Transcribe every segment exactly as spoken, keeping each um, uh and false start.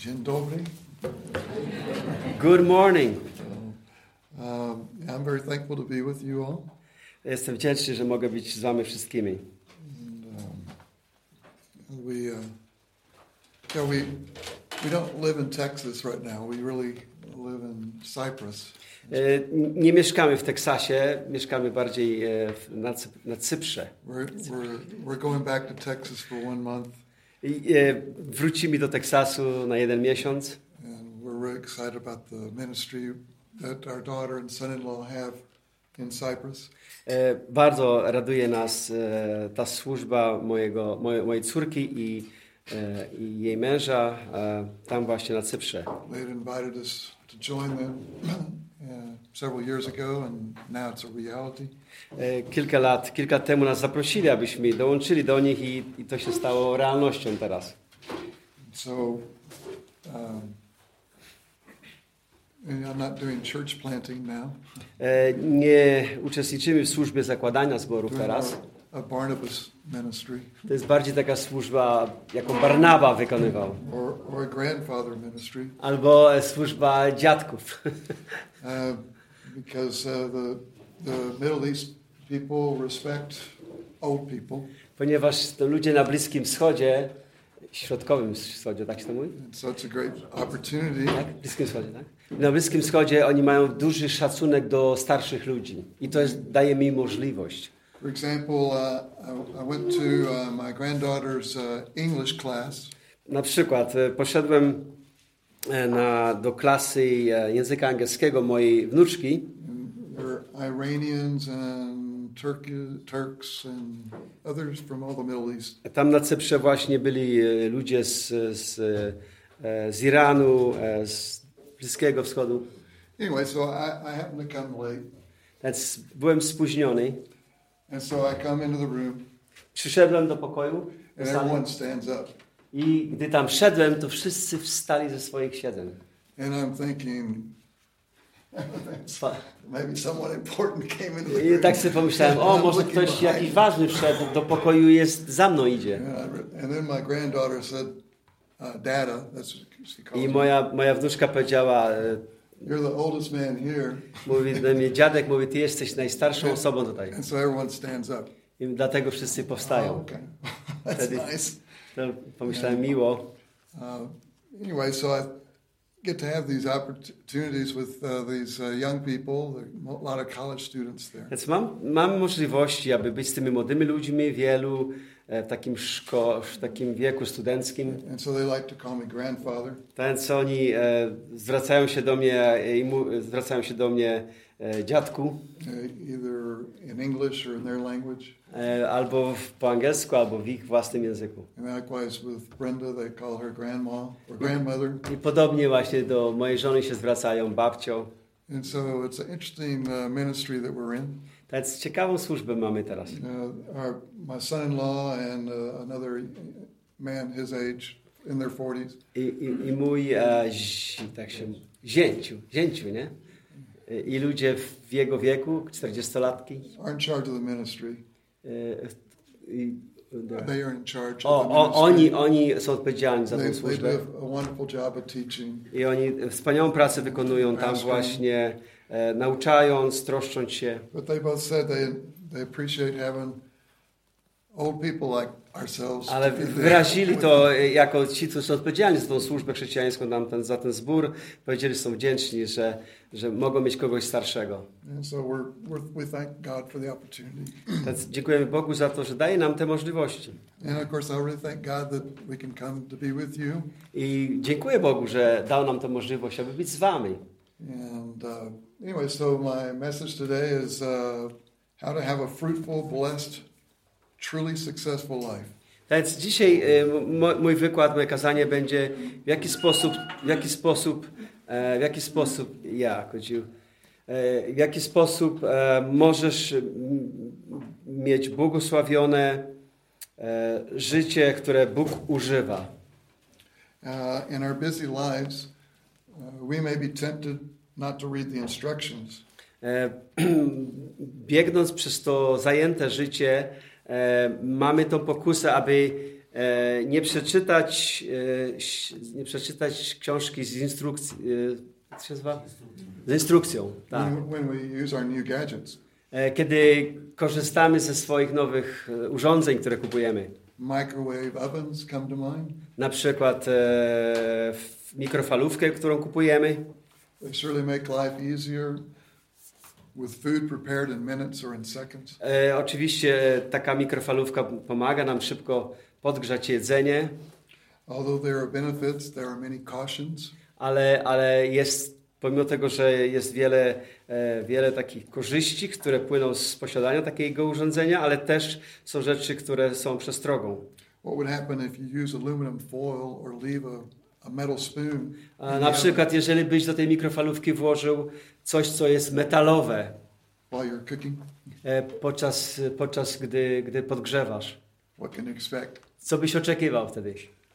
Dzień dobry. Good morning. Um, I'm very thankful to be with you all. Jestem wdzięczny, że mogę być z wami wszystkimi. And, um, we, uh, yeah, we, we don't live in Texas right now. We really live in Cyprus. Nie mieszkamy w Teksasie, mieszkamy bardziej na, Cyp- na Cyprze. We're, we're, we're going back to Texas for one month. I, wrócimy do Teksasu na jeden miesiąc. And we're really excited about the ministry that our daughter and son-in-law have in Cyprus. Bardzo raduje nas ta służba mojego, moje, mojej córki i, i jej męża tam właśnie na Cyprze. They had invited us to join them uh, several years ago, and now it's a reality. Kilka lat, kilka temu nas zaprosili, abyśmy dołączyli do nich i, i to się stało realnością teraz. So, um, I'm not doing church planting now. Nie uczestniczymy w służbie zakładania zborów teraz. A Barnabas ministry. To jest bardziej taka służba, jaką Barnaba wykonywał. Or, or a grandfather ministry. Albo służba dziadków. uh, because uh, the, the Middle East people respect old people. Ponieważ to ludzie na Bliskim Wschodzie, Środkowym Wschodzie, tak się to mówi? So it's a great opportunity. Tak, Bliskim Wschodzie, tak? Na Bliskim Wschodzie oni mają duży szacunek do starszych ludzi i to jest, daje mi możliwość. For example, uh, I, I went to uh, my granddaughter's uh, English class. Na przykład poszedłem na, do klasy języka angielskiego mojej wnuczki. There are Iranians and Turk, Turks and others from all the Middle East. Tam na Cyprze właśnie byli ludzie z, z, z Iranu, z Bliskiego Wschodu. Anyway, so I, I happened to come late. Więc byłem spóźniony. And so I come into the room. Przyszedłem do pokoju. And everyone stands up. I gdy tam szedłem, to wszyscy wstali ze swoich siedzeń. And I'm thinking, maybe someone important came into the room. I tak sobie pomyślałem, o, może ktoś jakiś ważny wszedł do pokoju, jest za mną idzie. And then my granddaughter said, uh, Dada, that's what she called. I moja moja wnuczka powiedziała, you're the oldest man here. Mówi do mnie, dziadek, mówi, ty jesteś najstarszą osobą tutaj. And so everyone stands up. I dlatego wszyscy powstają. Oh, okay. That's Wtedy, nice. To pomyślałem, miło. Uh, anyway, so I get to have these opportunities with uh, these uh, young people, a lot of college students there. Więc mam, mam możliwości, aby być z tymi młodymi ludźmi, wielu w takim, szko, w takim wieku studenckim. And so they like to call me grandfather. Więc oni e, zwracają się do mnie i mu, zwracają się do mnie e, dziadku. Uh, either in English or in their language. E, albo w, po angielsku, albo w ich własnym języku. And likewise with Brenda, they call her grandma or grandmother. I podobnie właśnie do mojej żony się zwracają babcią. And so it's an interesting uh, ministry that we're in. Więc ciekawą służbę mamy teraz. Uh, our, my son-in-law and uh, another man his age in their forties. I, i, i mój e, zi, tak się zięciu, zięciu, nie? I ludzie w jego wieku, czterdziestolatki. Are in charge of the ministry. E, i, They are in charge o, of the o, oni, ministry. oni są odpowiedzialni za tę They, they służbę. do a wonderful job of teaching. I oni wspaniałą pracę wykonują tam właśnie, e, nauczając, troszcząc się. But they both said they they appreciate having old people like ourselves. Ale wyrazili to jako ci, którzy są odpowiedzialni za tą służbę chrześcijańską, tam ten, za ten zbór, powiedzieli, że są wdzięczni, że, że mogą mieć kogoś starszego. And so we're, we're, we thank God for the opportunity. Więc dziękujemy Bogu za to, że daje nam te możliwości. And of course I really thank God that we can come to be with you. I dziękuję Bogu, że dał nam tę możliwość, aby być z wami. And uh, anyway, so my message today is uh, how to have a fruitful, blessed, truly successful life. Więc dzisiaj mój wykład, moje kazanie będzie w jaki sposób, w jaki sposób, w jaki sposób, ja, yeah, w jaki sposób możesz mieć błogosławione życie, które Bóg używa. Uh, in our busy lives, uh, we may be tempted not to read the instructions. Biegnąc przez to zajęte życie, mamy tą pokusę, aby e, nie przeczytać e, nie przeczytać książki z instrukcji, e, co się nazywa? Z instrukcją, tak. When, when we use our new gadgets, E, kiedy korzystamy ze swoich nowych e, urządzeń, które kupujemy. microwave ovens come to mind. Na przykład e, mikrofalówkę, którą kupujemy. They surely make life easier with food prepared in minutes or in seconds. E, oczywiście taka mikrofalówka pomaga nam szybko podgrzać jedzenie, Although there are benefits, there are many cautions. ale, ale jest, pomimo tego, że jest wiele, e, wiele takich korzyści, które płyną z posiadania takiego urządzenia, ale też są rzeczy, które są przestrogą. What would happen if you use aluminum foil or leave a, a metal spoon? A na przykład, jeżeli byś do tej mikrofalówki włożył coś, co jest metalowe, While you're cooking, e, podczas, podczas gdy, gdy podgrzewasz. what can you expect? Co byś oczekiwał wtedy?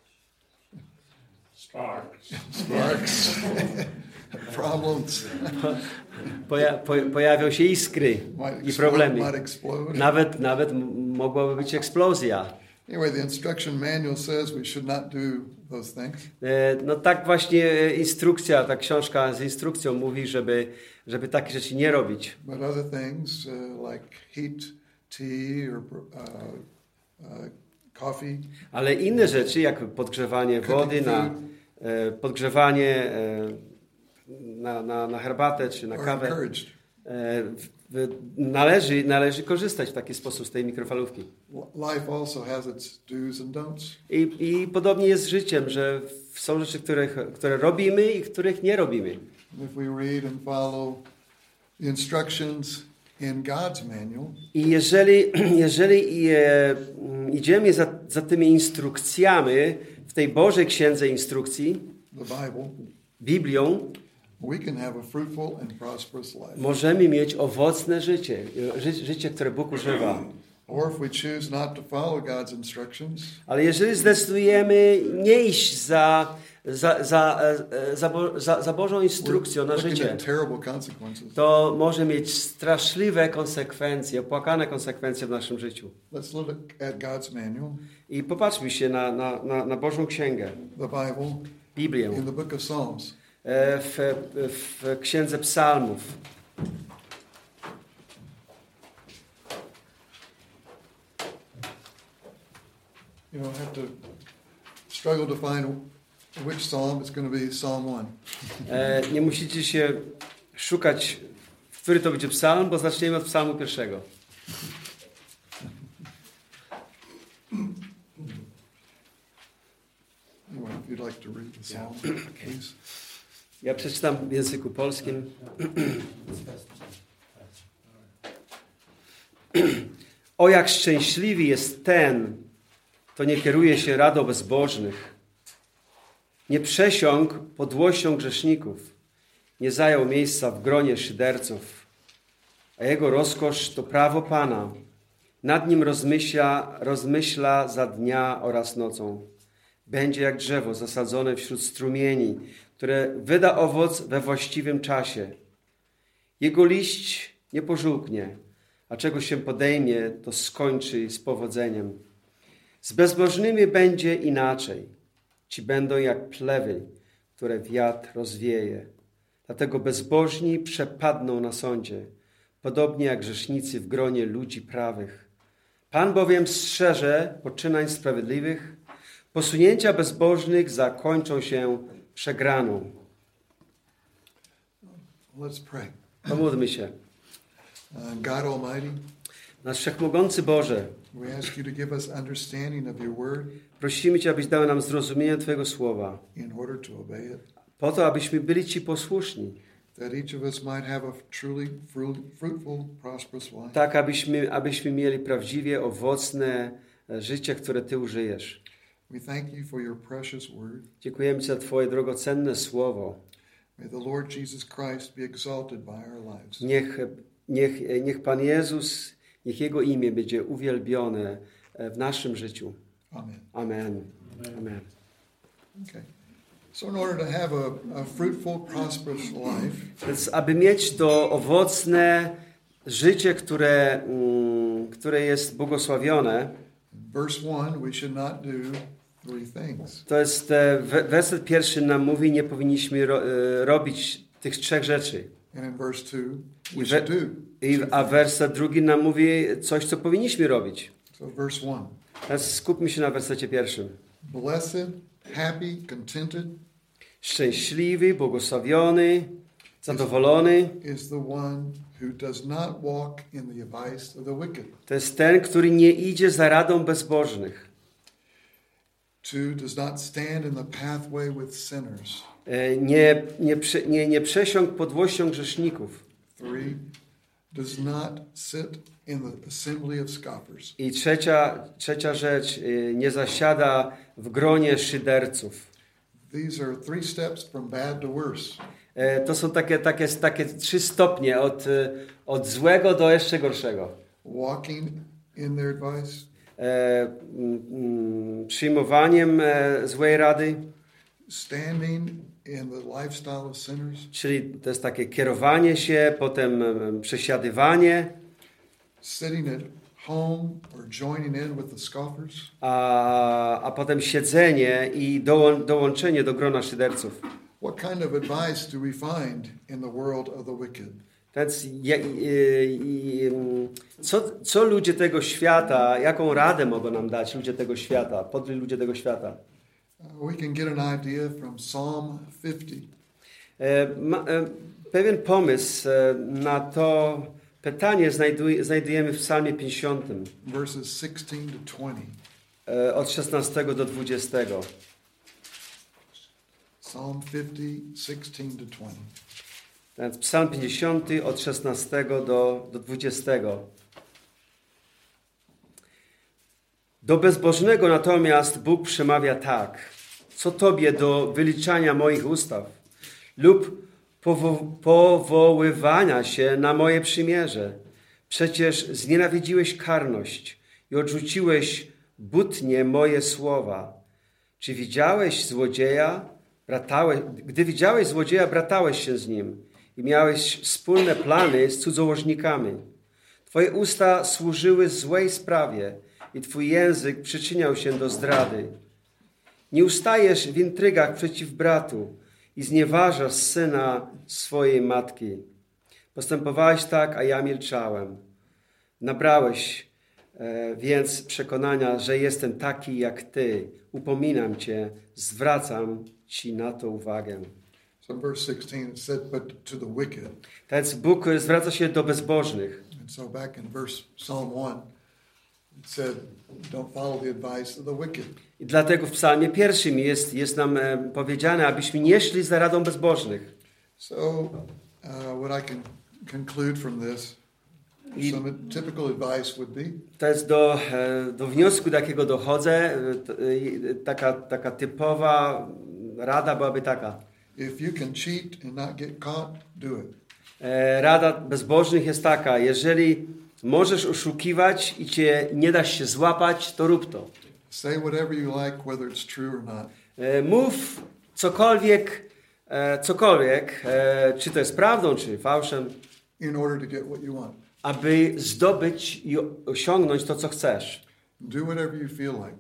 Sparks. Sparks, problems, Poja, po, pojawią się iskry might, i explode, problemy. might explode. Nawet, nawet m- mogłaby być eksplozja. Anyway, the instruction manual says we should not do those things. E, No tak właśnie e, instrukcja, ta książka z instrukcją mówi, żeby, żeby takie rzeczy nie robić. But other things uh, like heat tea or uh, uh, coffee, Ale inne rzeczy, jak podgrzewanie wody, na, e, podgrzewanie e, na, na, na herbatę czy na are kawę, encouraged. e, w, w, należy, należy korzystać w taki sposób z tej mikrofalówki. Life also has its do's and don'ts. I, I podobnie jest z życiem, że są rzeczy, których, które robimy i których nie robimy. If we read and follow the instructions in God's manual, I jeżeli, jeżeli e, idziemy za, za tymi instrukcjami w tej Bożej Księdze Instrukcji, the Bible, Biblią, we can have a fruitful and prosperous life. możemy mieć owocne życie, ży, życie, które Bóg używa. Or if we choose not to follow God's instructions, Ale jeżeli zdecydujemy nie iść za, za, za, za, Bo, za, za Bożą instrukcją na we're looking życie, at terrible consequences. to może mieć straszliwe konsekwencje, opłakane konsekwencje w naszym życiu. Let's look at God's manual, I popatrzmy się na, na, na, na Bożą Księgę, the Bible, Biblię, in the book of Psalms. e, w, w Księdze Psalmów. You don't have to struggle to find which psalm. It's going to be Psalm one. E, nie musicie się szukać, który to będzie psalm, bo zaczniemy od psalmu pierwszego. Anyway, if you'd like to read the psalm, please. Ja przeczytam w języku polskim. O jak szczęśliwy jest ten, kto nie kieruje się radą bezbożnych, nie przesiąkł podłością grzeszników, nie zajął miejsca w gronie szyderców, a jego rozkosz to prawo Pana. Nad nim rozmyśla, rozmyśla za dnia oraz nocą. Będzie jak drzewo zasadzone wśród strumieni, które wyda owoc we właściwym czasie. Jego liść nie pożółknie, a czego się podejmie, to skończy z powodzeniem. Z bezbożnymi będzie inaczej. Ci będą jak plewy, które wiatr rozwieje. Dlatego bezbożni przepadną na sądzie, podobnie jak grzesznicy w gronie ludzi prawych. Pan bowiem strzeże poczynań sprawiedliwych, posunięcia bezbożnych zakończą się przegraną. Let's pray. Pomódlmy się. Uh, God Almighty, Nasz Wszechmogący Boże, we ask you to give us understanding of your word prosimy Cię, abyś dał nam zrozumienie Twojego Słowa, in order to obey it, po to, abyśmy byli Ci posłuszni, that each of us might have a truly fru- fruitful, prosperous life. tak abyśmy, abyśmy mieli prawdziwie owocne życie, które Ty użyjesz. We thank you for your precious word. Dziękujemy Ci za Twoje drogocenne Słowo. May the Lord Jesus Christ be exalted by our lives. Niech, niech, niech Pan Jezus, niech Jego imię będzie uwielbione w naszym życiu. Amen. Amen. Amen. Okay. So in order to have a, a fruitful, prosperous life, Więc aby mieć to owocne życie, które, mm, które jest błogosławione, verse one, we should not do three things. To jest e, we- werset pierwszy nam mówi, nie powinniśmy ro, e, robić tych trzech rzeczy. And in verse two, we I should we- do. I, two a things. werset drugi nam mówi coś, co powinniśmy robić. So verse one, Teraz skupmy się na wersecie pierwszym. blessed, happy, contented Szczęśliwy, błogosławiony, zadowolony. is the one who does not walk in the advice of the wicked. To jest ten, który nie idzie za radą bezbożnych. Two, does not stand in the pathway with sinners. E, Nie, nie, prze- nie, nie przesiąkł podłością grzeszników. Three, does not sit in the assembly of scoffers. I trzecia, trzecia rzecz, e, nie zasiada w gronie szyderców. These are three steps from bad to worse. E, To są takie, takie, takie trzy stopnie, od, e, od złego do jeszcze gorszego. Walking in their advice, E, mm, mm, Przyjmowaniem e, złej rady, standing in the lifestyle of sinners, czyli to jest takie kierowanie się, potem e, przesiadywanie, sitting at home or joining in with the scoffers. a, a potem siedzenie i dołą, dołączenie do grona szyderców. What kind of advice do we find in the world of the wicked? Więc ja, i, i, co, co ludzie tego świata, jaką radę mogą nam dać ludzie tego świata, podli ludzie tego świata? Uh, we can get an idea from Psalm fifty. E, ma, e, pewien pomysł e, na to pytanie znajduj, znajdujemy w Psalmie pięćdziesiątym, verses sixteen to twenty. e, od szesnastego do dwudziestego. Psalm fifty, sixteen to twenty. Więc Psalm pięćdziesiąty od szesnastego do, do dwudziestego. Do bezbożnego natomiast Bóg przemawia tak. Co tobie do wyliczania moich ustaw lub powo- powoływania się na moje przymierze? Przecież znienawidziłeś karność i odrzuciłeś butnie moje słowa. Czy widziałeś złodzieja? Bratałeś, gdy widziałeś złodzieja, bratałeś się z nim i miałeś wspólne plany z cudzołożnikami. Twoje usta służyły złej sprawie i twój język przyczyniał się do zdrady. Nie ustajesz w intrygach przeciw bratu i znieważasz syna swojej matki. Postępowałeś tak, a ja milczałem. Nabrałeś e, więc przekonania, że jestem taki jak ty. Upominam cię, zwracam ci na to uwagę. So in verse sixteen it said, but to the wicked. Więc Bóg zwraca się do bezbożnych. And so back in verse Psalm one, it said, don't follow the advice of the wicked. I dlatego w psalmie pierwszym jest, jest nam e, powiedziane, abyśmy nie szli za radą bezbożnych. So uh, what I can conclude from this, I- some typical advice would be, To jest do, e, do wniosku, do jakiego dochodzę. e, t- e, Taka, taka typowa rada byłaby taka. if you can cheat and not get caught, do it. E, Rada bezbożnych jest taka, jeżeli możesz oszukiwać i cię nie dasz się złapać, to rób to. Say whatever you like, whether it's true or not. E, Mów cokolwiek, e, cokolwiek, e, czy to jest prawdą, czy fałszem, In order to get what you want. aby zdobyć i osiągnąć to, co chcesz. Do whatever you feel like.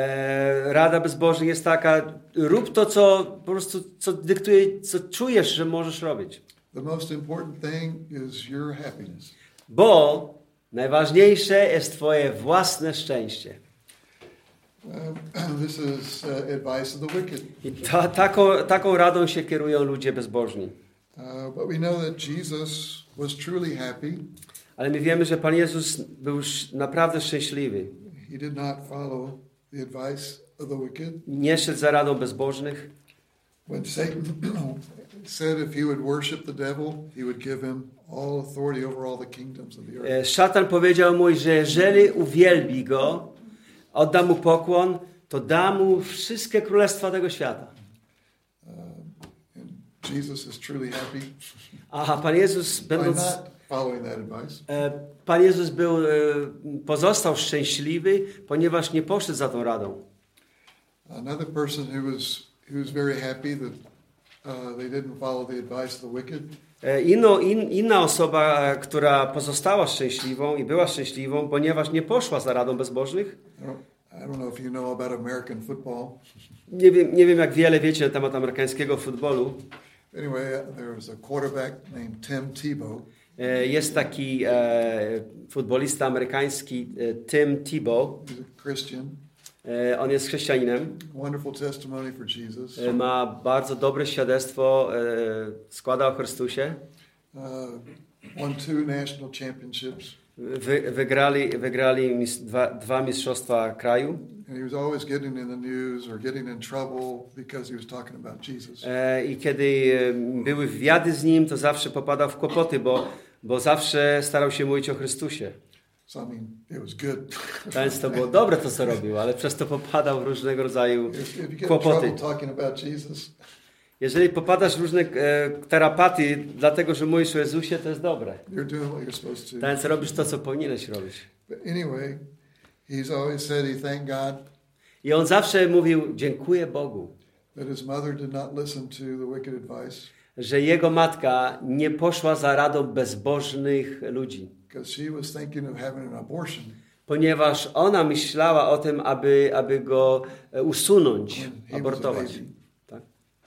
E, Rada bezbożnych jest taka, rób to, co po prostu, co dyktuje, co czujesz, że możesz robić. The most important thing is your happiness. Bo najważniejsze jest twoje własne szczęście. Uh, this is uh, advice of the wicked. I ta, taką, taką radą się kierują ludzie bezbożni. Uh, but we know that Jesus was truly happy. Ale my wiemy, że Pan Jezus był sz- naprawdę szczęśliwy. He did not follow the advice of the wicked. Nie szedł za radą bezbożnych. When Satan said if he would worship the devil, he would give him all authority over all the kingdoms of the earth. E, Szatan powiedział mu, że jeżeli uwielbi go, odda mu pokłon, to da mu wszystkie królestwa tego świata. Uh, and Jesus is truly happy A Pan Jezus, by będąc, not following that advice. e, Pan Jezus był, e, pozostał szczęśliwy, ponieważ nie poszedł za tą radą. Another person who was who was very happy that uh, they didn't follow the advice of the wicked E, Inno, in, inna osoba, e, która pozostała szczęśliwą i była szczęśliwą, ponieważ nie poszła za radą bezbożnych, uh, I don't know if you know about American football. Nie wiem, nie wiem jak wiele wiecie na temat amerykańskiego futbolu. Anyway, there was a quarterback named Tim Tebow. E, Jest taki e, futbolista amerykański e, Tim Tebow. He's a Christian. E, on jest chrześcijaninem. Wonderful testimony for Jesus. E, ma bardzo dobre świadectwo, e, składa o Chrystusie. Uh, won two national championships. Wy, wygrali wygrali mis, dwa, dwa mistrzostwa kraju. And he was always getting in the news or getting in trouble because he was talking about Jesus. E, I kiedy e, były wywiady z nim, to zawsze popadał w kłopoty, bo, bo zawsze starał się mówić o Chrystusie. So I mean, it was good. Więc to było dobre to, co robił, ale przez to popadał w różnego rodzaju If, if you get in kłopoty. trouble talking about Jesus, Jeżeli popadasz w różne e, terapatii, dlatego że mówisz o Jezusie, to jest dobre. you're doing what you're supposed to. Więc robisz to, co powinieneś robić. But anyway, he's always said he thanked God I on zawsze mówił, dziękuję Bogu, that his mother did not listen to the wicked advice że jego matka nie poszła za radą bezbożnych ludzi. because she was thinking of having an abortion. Ponieważ ona myślała o tym, aby, aby go e, usunąć, When he was a abortować. baby. Tak?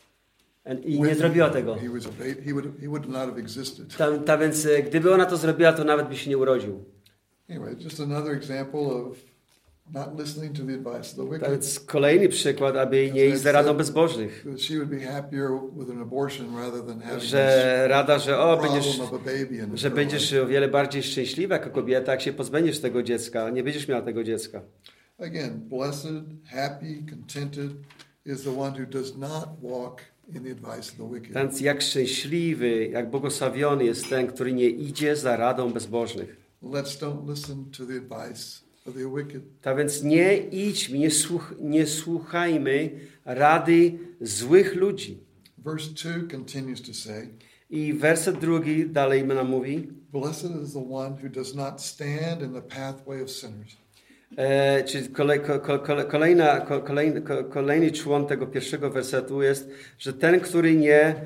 I When nie zrobiła tego. He was a baby. He would he would not have existed. Ta, ta więc e, gdyby ona to zrobiła, to nawet by się nie urodził. Anyway, just another example of not listening to the advice of the Tak wicked. więc kolejny przykład, aby nie iść za radą bezbożnych. That she would be happier with an abortion rather than having Że rada, że o, this będziesz, problem of a baby in że her będziesz life. o wiele bardziej szczęśliwa jako kobieta, jak się pozbędziesz tego dziecka. Nie będziesz miała tego dziecka. Again, blessed, happy, contented is the one who does not walk in the advice of the wicked. Więc jak szczęśliwy, jak błogosławiony jest ten, który nie idzie za radą bezbożnych. Let's don't listen to the advice of the wicked. Tak więc nie idźmy, nie, słuch, nie słuchajmy rady złych ludzi. Verse two continues to say, I werset drugi dalej nam mówi, blessed is the one who does not stand in the pathway of sinners. e, czyli kolej, ko, ko, kolejna, ko, kolejny, ko, kolejny człon tego pierwszego wersetu jest, że ten, który nie...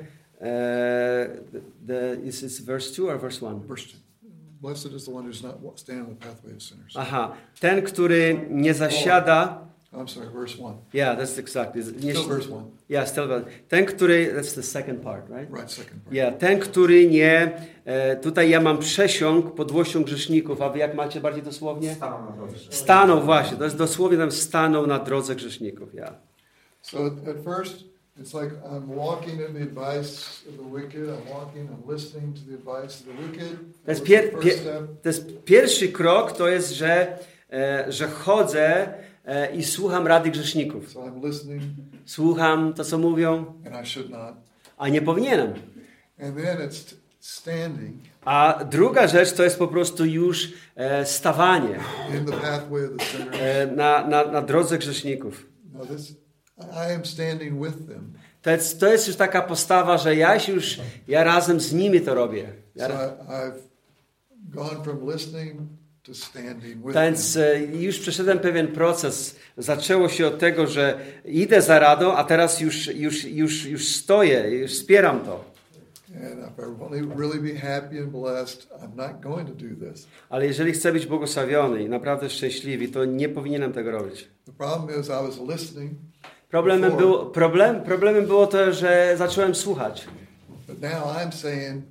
E, the, is it verse two or verse one? Verse two. Blessed is the one who does not wa- stand in the pathway of sinners. Aha, ten, który nie zasiada... I'm sorry, verse one. Yeah, that's exactly. Nie, Still verse one. yeah, still verse. Ten, który... That's the second part, right? Right, second part. Yeah, ten, który nie... E, tutaj ja mam przesiąg podłością grzeszników, a wy jak macie bardziej dosłownie? Stanął na drodze. Stanął właśnie, to jest dosłownie tam stanął na drodze grzeszników, ja. So at, at first, it's like I'm walking in the advice of the wicked. I'm walking, I'm listening to the advice of the wicked. To jest, What's pier, the pier, first step? to jest pierwszy krok, to jest, że, e, że chodzę e, i słucham rady grzeszników. So I'm listening, Słucham to, co mówią, and I should not. a nie powinienem. And then it's t- standing A druga rzecz to jest po prostu już e, stawanie in the pathway of the sinners. e, na, na, na drodze grzeszników. Now this, I am standing with them. To jest, to jest już taka postawa, że ja już, ja razem z nimi to robię. Ja, So I, I've gone from listening to standing with więc them. e, już przeszedłem pewien proces. Zaczęło się od tego, że idę za radą, a teraz już, już, już, już stoję, już wspieram to. And if I want to really be happy and blessed, I'm not going to do this. Ale jeżeli chcę być błogosławiony i naprawdę szczęśliwy, to nie powinienem tego robić. The problem is I was listening, Problemem Before. było, problem, problemem było to, że zacząłem słuchać. but now I'm saying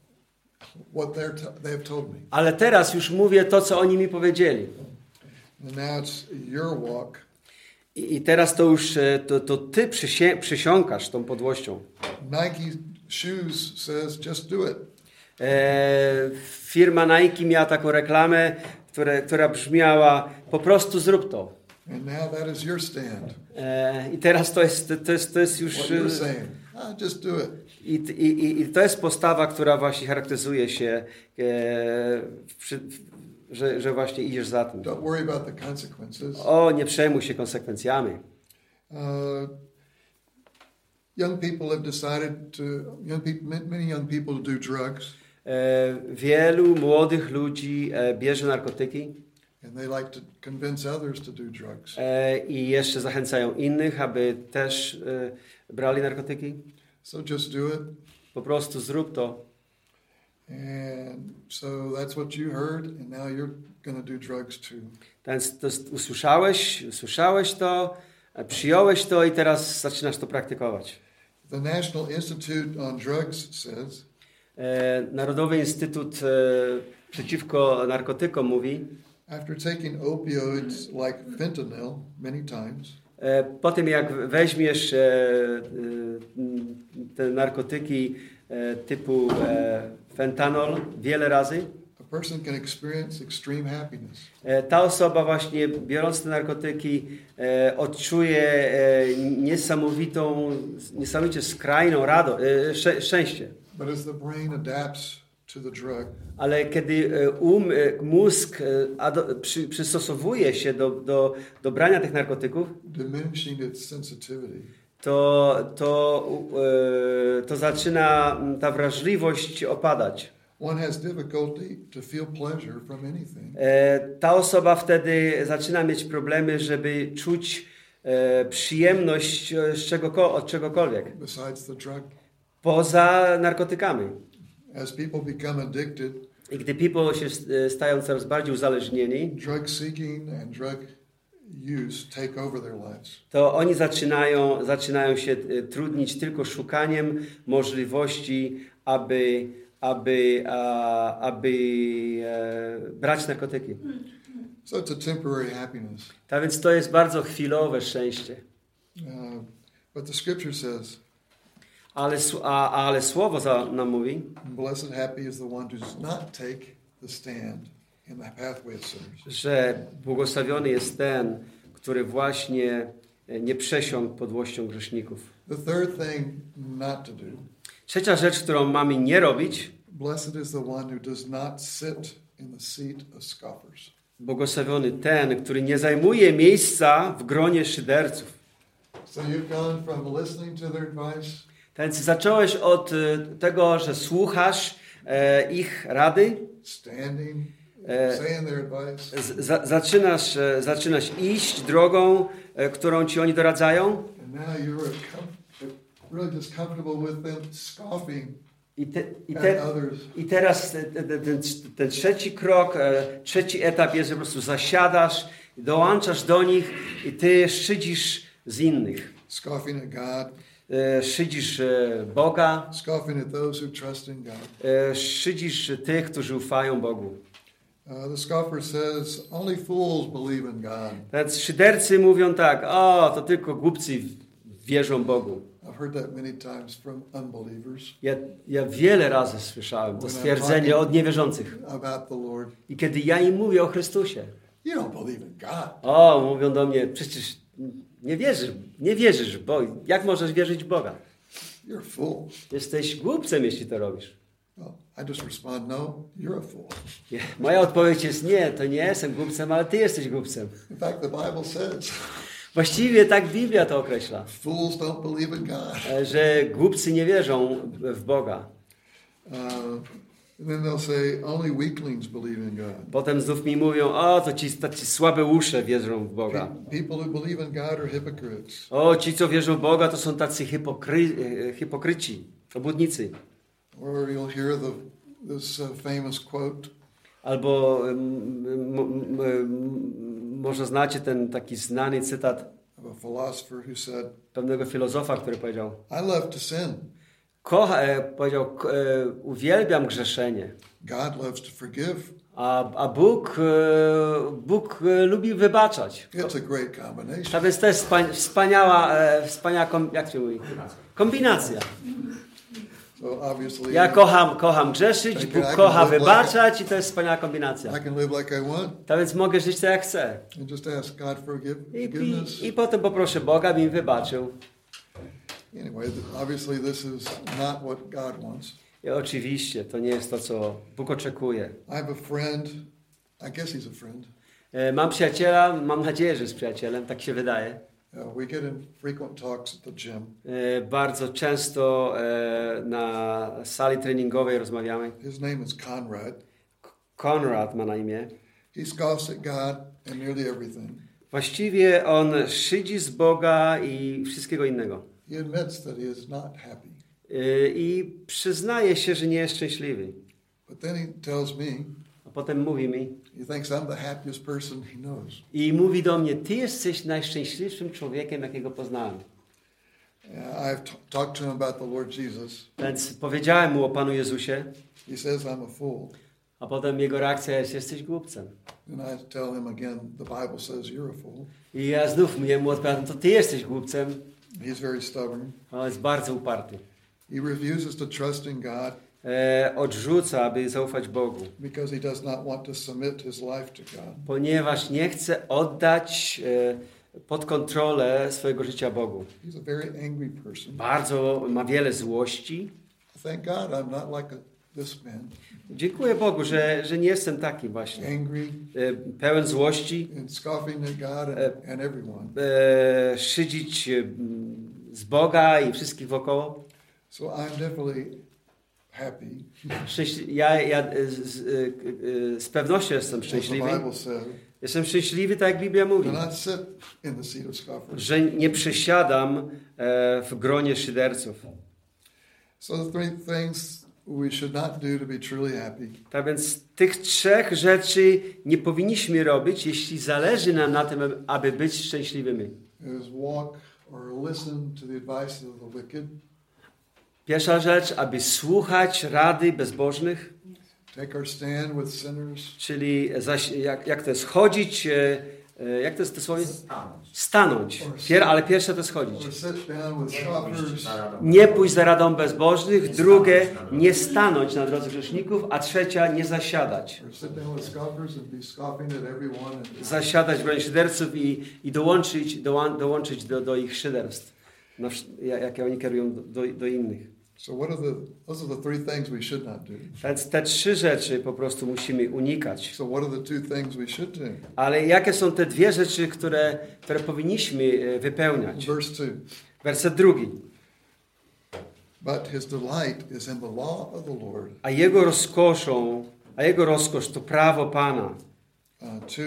what they're t- they've told me. Ale teraz już mówię to, co oni mi powiedzieli. And now it's your walk. I, i teraz to już e, to, to ty przysię, przysiąkasz tą podłością. Nike Shoes says just do it. E, firma Nike miała taką reklamę, które, która brzmiała po prostu zrób to. And now that is your stand. E, I teraz to jest, to jest, to jest już... What you're saying. Ah, just do it. I, i, I to jest postawa, która właśnie charakteryzuje się, e, przy, że, że właśnie idziesz za tym. Don't worry about the consequences. O, nie przejmuj się konsekwencjami. Uh, young people have decided to, young people, many young people do drugs, E, wielu młodych ludzi e, bierze narkotyki and they like to convince others to do drugs. e, i jeszcze zachęcają innych, aby też e, brali narkotyki. So just do it. Po prostu zrób to. And so that's what you heard, and now you're going to do drugs too. Więc to usłyszałeś, usłyszałeś to, przyjąłeś to i teraz zaczynasz to praktykować. The National Institute on Drugs says E, Narodowy Instytut e, przeciwko narkotykom mówi, after taking opioids like fentanyl many times, e, po tym jak weźmiesz e, e, te narkotyki e, typu e, fentanol wiele razy, a person can experience extreme happiness. e, ta osoba właśnie biorąc te narkotyki e, odczuje e, niesamowitą, niesamowicie skrajną radość, e, sze, szczęście. But as the brain adapts to the drug, Ale kiedy um, mózg ado, przy, przystosowuje się do, do, do brania tych narkotyków, diminishing its sensitivity, to, to, e, to zaczyna ta wrażliwość opadać. one has difficulty to feel pleasure from anything. E, ta osoba wtedy zaczyna mieć problemy, żeby czuć e, przyjemność z czego, od czegokolwiek, Besides the drug, poza narkotykami. as people become addicted, I gdy people się stają coraz bardziej uzależnieni, drug seeking and drug use take over their lives. to oni zaczynają, zaczynają się trudnić tylko szukaniem możliwości, aby, aby, a, aby e, brać narkotyki. So it's a temporary happiness. Tak więc to jest bardzo chwilowe szczęście. Uh, but the scripture says, Ale, a, ale Słowo za, nam mówi, blessed happy is the one who does not take the stand in the pathway of sinners. że błogosławiony jest ten, który właśnie nie przesiąkł podłością grzeszników. The third thing not to do, Trzecia rzecz, którą mamy nie robić, blessed is the one who does not sit in the seat of scoffers. błogosławiony ten, który nie zajmuje miejsca w gronie szyderców. So you've gone from listening to their advice, Więc zacząłeś od tego, że słuchasz e, ich rady, standing, E, saying their advice, z, za, zaczynasz, e, zaczynasz iść drogą, e, którą ci oni doradzają and now you're com- really just comfortable with them scoffing i, te, i, at te, others. i teraz ten, ten, ten, ten trzeci krok, e, trzeci etap jest, że po prostu zasiadasz, dołączasz do nich i ty szydzisz z innych. Scoffing at God, E, szydzisz e, Boga, scoffing at those who trust in God. e, szydzisz tych, którzy ufają Bogu. Uh, the scoffer says, only fools believe in God. Więc szydercy mówią tak, o, to tylko głupcy wierzą Bogu. I've heard that many times from unbelievers Ja, ja wiele razy słyszałem to stwierdzenie od niewierzących. about the Lord. I kiedy ja im mówię o Chrystusie, You don't believe in God. o, mówią do mnie, przecież nie wierzysz, nie wierzysz w Boga. Jak możesz wierzyć w Boga? You're a fool. Jesteś głupcem, jeśli to robisz. Well, I just respond, no, you're a fool. Nie. Moja odpowiedź jest nie, to nie jestem głupcem, ale ty jesteś głupcem. In fact, the Bible says Właściwie tak Biblia to określa, fools don't believe in God. że głupcy nie wierzą w Boga. Uh, and then they'll say, only weaklings believe in God. Potem znów mi mówią, o, to ci, ci słabe usze wierzą w Boga. Pe- People who believe in God are hypocrites. O, ci, co wierzą w Boga, to są tacy hipokry, hipokryci, obłudnicy. Or you'll hear the, this uh, famous quote, Albo m, m, m, może znacie ten taki znany cytat of a philosopher who said, pewnego filozofa, który powiedział, I love to sin. kocha, e, powiedział e, uwielbiam grzeszenie, God loves to forgive. a, a Bóg, e, Bóg e, lubi wybaczać. It's a great combination. Tak więc to jest wspania- wspaniała, e, wspaniała kom, jak się mówi? Kombinacja. So obviously, Ja kocham, kocham grzeszyć, Bóg kocha wybaczać i to jest wspaniała kombinacja. I can live like I want Tak więc mogę żyć tak jak chcę. and just ask God for forgive, I, forgiveness. i, I potem poproszę Boga, by mi wybaczył. Anyway, th- obviously this is not what God wants. I oczywiście, to nie jest to, co Bóg oczekuje. I have a friend, I guess he's a friend. E, Mam przyjaciela, mam nadzieję, że jest przyjacielem, tak się wydaje. Uh, we get in frequent talks at the gym. E, Bardzo często e, na sali treningowej rozmawiamy. His name is Conrad. Konrad ma na imię. He scoffs at God and nearly everything. Właściwie on szydzi z Boga i wszystkiego innego. He admits that he is not happy. E, I przyznaje się, że nie jest szczęśliwy. But then he tells me, A potem mówi mi he thinks I'm the happiest person he knows. i mówi do mnie, ty jesteś najszczęśliwszym człowiekiem, jakiego poznałem. Uh, I've t- talked to him about the Lord Jesus. Więc powiedziałem mu o Panu Jezusie, He says I'm a fool. a potem jego reakcja jest, jesteś głupcem. And I tell him again, the Bible says you're a fool. I ja znów mu odpowiadam, to ty jesteś głupcem. He's very stubborn. On jest bardzo uparty. He refuses to trust in God E, odrzuca, aby zaufać Bogu, because he does not want to submit his life to God. ponieważ nie chce oddać e, pod kontrolę swojego życia Bogu. He's a very angry person. Bardzo ma wiele złości. Thank God I'm not like a, this man. Dziękuję Bogu, że, że nie jestem taki właśnie. Angry E, pełen złości, and scoffing at God and, and everyone. e, szydzić e, z Boga i wszystkich wokoło. So I'm definitely happy. Szczęśli- ja ja e, z, e, e, z pewnością jestem As the szczęśliwy. Bible says, Jestem szczęśliwy, tak jak Biblia mówi, do not sit in the seat of scoffers. że nie przesiadam e, w gronie szyderców. So the three things we should not do to be truly happy Tak więc tych trzech rzeczy nie powinniśmy robić, jeśli zależy nam na tym, aby być szczęśliwymi. is walk or listen to the advice of the wicked, Pierwsza rzecz, aby słuchać rady bezbożnych, take our stand with sinners, czyli zaś, jak, jak to jest chodzić, e, e, jak to jest to słowo? Stanąć. Pier, ale pierwsze to jest chodzić. or sit down with scoffers, Nie pójść za radą bezbożnych. Drugie, nie stanąć na drodze grzeszników. A trzecia, nie zasiadać. or sit down with scoffers and be scoffing at everyone. And Zasiadać w gronie szyderców i, i dołączyć, dołą, dołączyć do, do ich szyderstw, no, jakie oni kierują do, do, do innych. so what are the those are the three things we should not do. Więc te trzy rzeczy po prostu musimy unikać. So what are the two things we should do? Ale jakie są te dwie rzeczy, które, które powinniśmy e, wypełniać? Verse two. Werset drugi. But his delight is in the law of the Lord. A jego rozkoszą, a jego rozkosz to prawo Pana. Uh, two,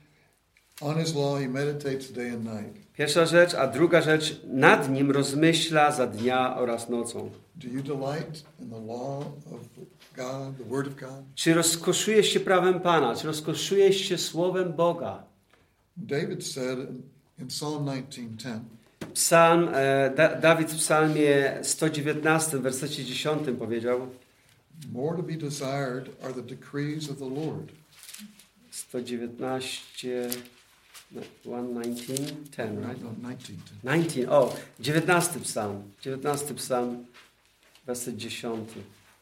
on his law he meditates day and night. Pierwsza rzecz, a druga rzecz, nad nim rozmyśla za dnia oraz nocą. Do you delight in the law of God, the word of God? Czy rozkoszujesz się prawem Pana? Czy rozkoszujesz się słowem Boga? David said in Psalm nineteen ten, Psalm, e, da, Dawid w psalmie sto dziewiętnastym, w wersecie dziesiątym powiedział, more to be desired are the decrees of the Lord. sto dziewiętnaście, no, sto dziewiętnaście, ten, right? No, nineteen ten. dziewiętnaście, o, dziewiętnasty psalm, dziewiętnasty psalm, werset dziesiąty.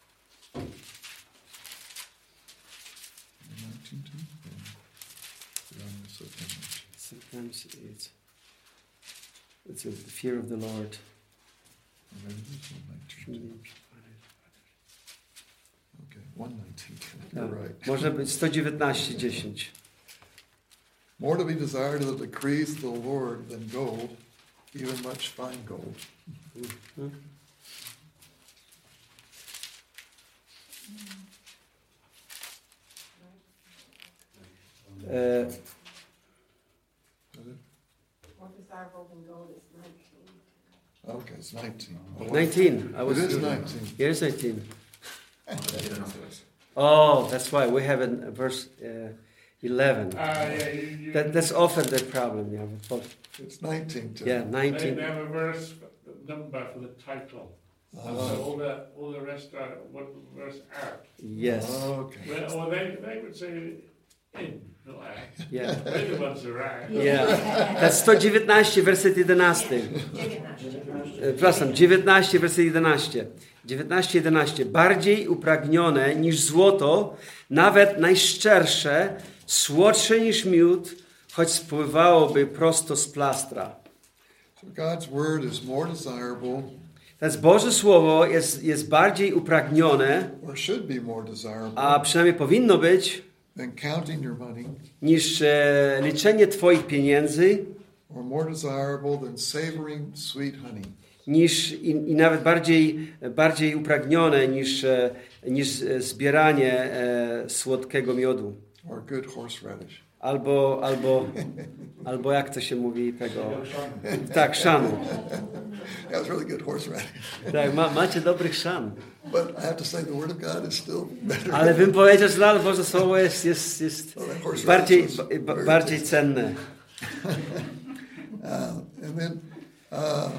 nineteen ten? Yeah. Yeah, I said that much. Sometimes it's, it's a, the fear of the Lord. Maybe this one nineteen ten. Okay, one nineteen ten. You're right. Może być sto dziewiętnaście, dziesięć. More to be desired are the decrees of the Lord than gold, even much fine gold. Mhm. E, More desirable than gold is nineteen. Okay, it's nineteen. Oh, nineteen. I was It is nineteen. Here's nineteen. Oh, that's why we have a verse uh, eleven. Uh, yeah, you, you, That, that's often the problem. Yeah, but, It's nineteen. Tim. yeah, they, nineteen. they have a verse number for the title. And so Oh, all the all the rest are what verse are. Yes. okay. Well, or they they would say in, not out. Yeah. They're the ones that are out. Yeah. To sto dziewiętnaście, werset jedenasty. E, Przepraszam, dziewiętnaście, werset jedenasty. dziewiętnaście, jedenaście. Bardziej upragnione niż złoto, nawet najszczersze, słodsze niż miód, choć spływałoby prosto z plastra. So God's word is more desirable, Więc Boże Słowo jest, jest bardziej upragnione, or should be more desirable, a przynajmniej powinno być, than counting your money, niż e, liczenie Twoich pieniędzy, or more desirable than savoring sweet honey. niż i, i nawet bardziej, bardziej upragnione niż, e, niż e, zbieranie e, słodkiego miodu Or good horseradish. albo, albo, albo jak to się mówi tego? Tak, szanu. That was really good horseradish. Tak, ma, macie dobrych szan. But I have to say the Word of God is still better. Ale bym powiedział, że nadal Boże Słowo jest, jest, jest bardziej, ba, bardziej cenne. Uh, and then uh,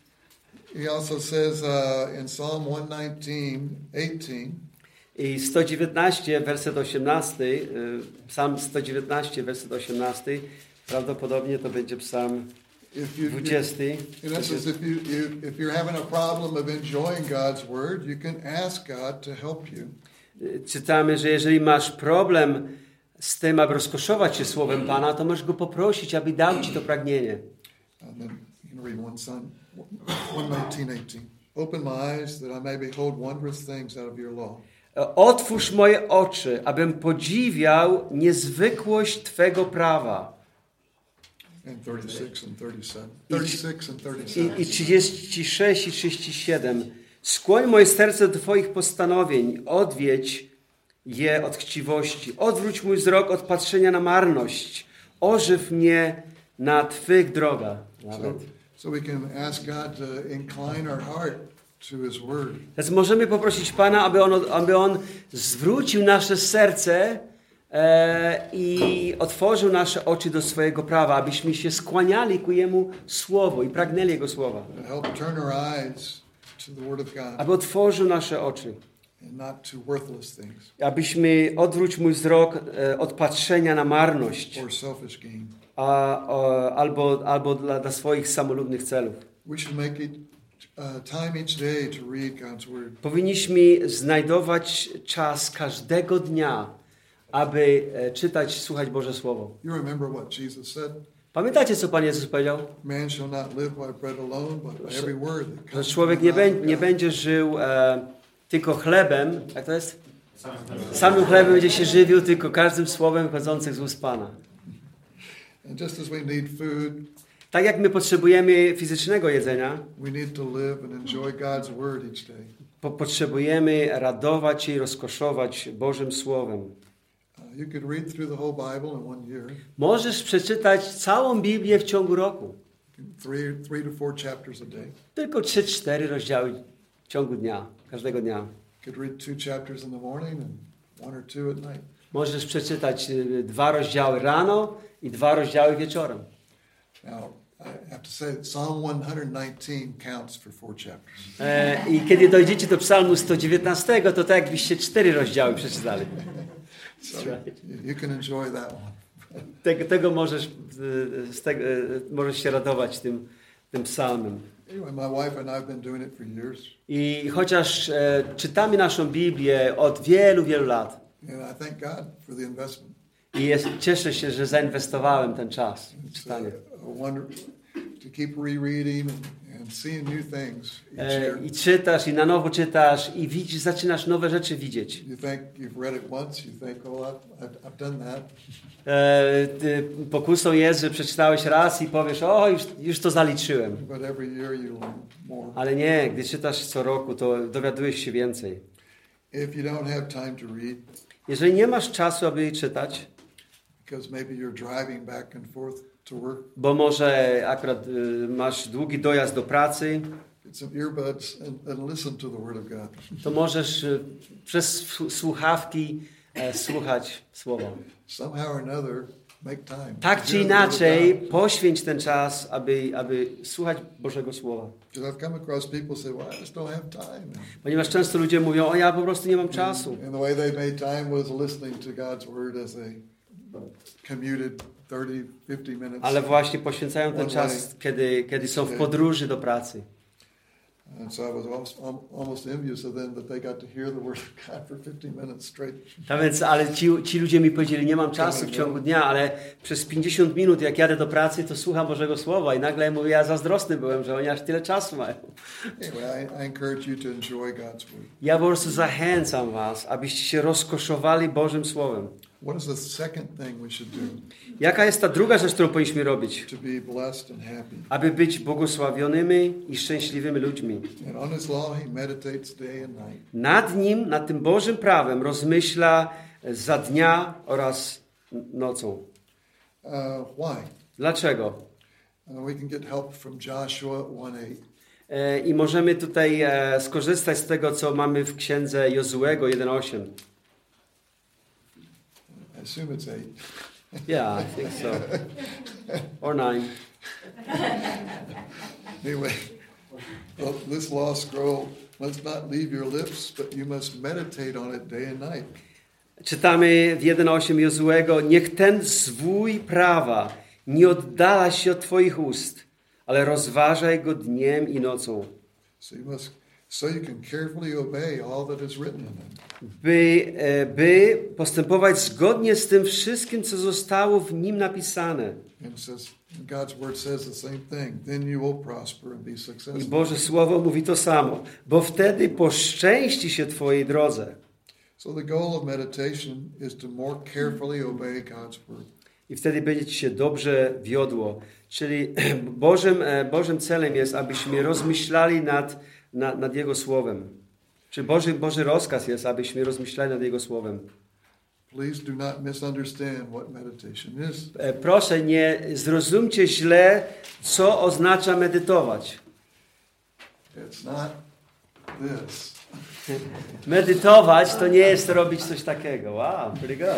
he also says uh, in Psalm one nineteen, eighteen, I sto dziewiętnaście, werset osiemnasty, y, psalm sto dziewiętnaście, werset osiemnasty, prawdopodobnie to będzie psalm if you, dwudziesty. in essence, if, you, you, if you're having a problem of enjoying God's Word, you can ask God to help you. Y, Czytamy, że jeżeli masz problem z tym, aby rozkoszować się Słowem Pana, to możesz Go poprosić, aby dał Ci to pragnienie. And then you can read one Son, one nineteen, eighteen. Open my eyes that I may behold wondrous things out of your law. Otwórz moje oczy, abym podziwiał niezwykłość Twego prawa. And thirty-six and thirty-seven. thirty-six and I, thirty-seven. I trzydzieści sześć i trzydzieści siedem. Skłoń moje serce do Twoich postanowień, odwiedź je od chciwości. Odwróć mój wzrok od patrzenia na marność. Ożyw mnie na Twych drogach. So, so we can ask God to incline our heart to His Word. Więc możemy poprosić Pana, aby On, aby on zwrócił nasze serce e, i otworzył nasze oczy do swojego prawa, abyśmy się skłaniali ku Jemu Słowu i pragnęli Jego Słowa. To help turn our eyes to the Word of God Aby otworzył nasze oczy. and not to worthless things Abyśmy odwróć mój wzrok e, od patrzenia na marność or selfish gain. a, a, albo, albo dla, dla swoich samolubnych celów. We should make it uh, time each day to read God's Word. Powinniśmy znajdować czas każdego dnia, aby e, czytać, słuchać Boże Słowo. You remember what Jesus said? Pamiętacie, co Pan Jezus powiedział? Man shall not live by bread alone, but by every word that Że comes człowiek from nie, the mouth bę- of nie God. będzie żył e, tylko chlebem, jak to jest? Samym chlebem będzie się żywił, tylko każdym słowem chodzących z ust Pana. And just as we need food, Tak jak my potrzebujemy fizycznego jedzenia, we need to live and enjoy God's Word each day. po- potrzebujemy radować się i rozkoszować Bożym Słowem. Uh, you could read through the whole Bible in one year, Możesz przeczytać całą Biblię w ciągu roku. three, three to four chapters a day. Tylko trzy cztery rozdziały w ciągu dnia, każdego dnia. You could read two chapters in the morning and one or two at night. Możesz przeczytać y, dwa rozdziały rano i dwa rozdziały wieczorem. Now, I have to say that Psalm one nineteen counts for four chapters. E, I kiedy dojdziecie do psalmu sto dziewiętnastego, to tak jakbyście cztery rozdziały przeczytali. So you- you can enjoy that one. Tego, tego możesz, y, z tego, y, możesz się radować tym, tym psalmem. Anyway, my wife and I have been doing it for years, I chociaż e, czytamy naszą Biblię od wielu, wielu lat and I thank God for the investment. i jest, cieszę się, że zainwestowałem ten czas w It's czytanie. a, a wonder to keep rereading and, and seeing new things each E, year. I czytasz, i na nowo czytasz, i widzisz, zaczynasz nowe rzeczy widzieć. You think you've read it once, you think, oh, I've, I've, I've done that. E, ty, pokusą jest, że przeczytałeś raz i powiesz, o, już, już to zaliczyłem. But every year you learn more. Ale nie, gdy czytasz co roku, to dowiadujesz się więcej. If you don't have time to read, Jeżeli nie masz czasu, aby czytać, because maybe you're driving back and forth to work, bo może akurat y, masz długi dojazd do pracy, get some earbuds and, and listen to the Word of God. to możesz y, przez s- słuchawki e, słuchać Słowa. Somehow or another, make time. Tak to czy hear the Word of inaczej, God. poświęć ten czas, aby, aby słuchać Bożego Słowa. Because I've come across people say, well, I just don't have time. Ponieważ często ludzie mówią, o ja po prostu nie mam czasu. And the way they made time was listening to God's Word as they commuted thirty, fifty minutes. Ale właśnie poświęcają ten czas, kiedy, kiedy są w podróży do pracy. And so I was almost, almost envious of them that they got to hear the Word of God for fifty minutes straight. A więc, ale ci, ci ludzie mi powiedzieli, nie mam czasu w ciągu dnia, ale przez pięćdziesiąt minut, jak jadę do pracy, to słucham Bożego Słowa i nagle mówię, ja zazdrosny byłem, że oni aż tyle czasu mają. Anyway, I, I encourage you to enjoy God's Word. Ja po prostu zachęcam was, abyście się rozkoszowali Bożym Słowem. What is the second thing we should do Jaka jest ta druga rzecz, którą powinniśmy robić? to be blessed and happy? Aby być błogosławionymi i szczęśliwymi ludźmi. And on His law He meditates day and night. Nad nim, nad tym Bożym prawem rozmyśla za dnia oraz nocą. Uh, why? Dlaczego? Uh, we can get help from Joshua one eight. E, I możemy tutaj e, skorzystać z tego, co mamy w księdze Jozuego jeden osiem. I assume it's eight. Yeah, I think so. Or nine. Anyway, well, this law scroll must not leave your lips, but you must meditate on it day and night. Czytamy w jeden osiem Jozuego: niech ten zwój prawa nie oddala się od twoich ust, ale rozważaj go dniem i nocą, So you must, so you can carefully obey all that is written in them. by, e, by postępować zgodnie z tym wszystkim, co zostało w nim napisane. And it says, God's word says the same thing. Then you will prosper and be I successful. Boże Słowo mówi to samo, bo wtedy poszczęści się twojej drodze. So the goal of meditation is to more carefully obey God's word. I wtedy będzie ci się dobrze wiodło. Czyli Bożym, e, Bożym celem jest, abyśmy rozmyślali nad, nad, nad Jego Słowem. Czy Boży, Boży rozkaz jest, abyśmy rozmyślali nad Jego Słowem. Please do not misunderstand what meditation is. E, Proszę, nie zrozumcie źle, co oznacza medytować. It's not this. Medytować to nie jest robić coś takiego. Wow, pretty good.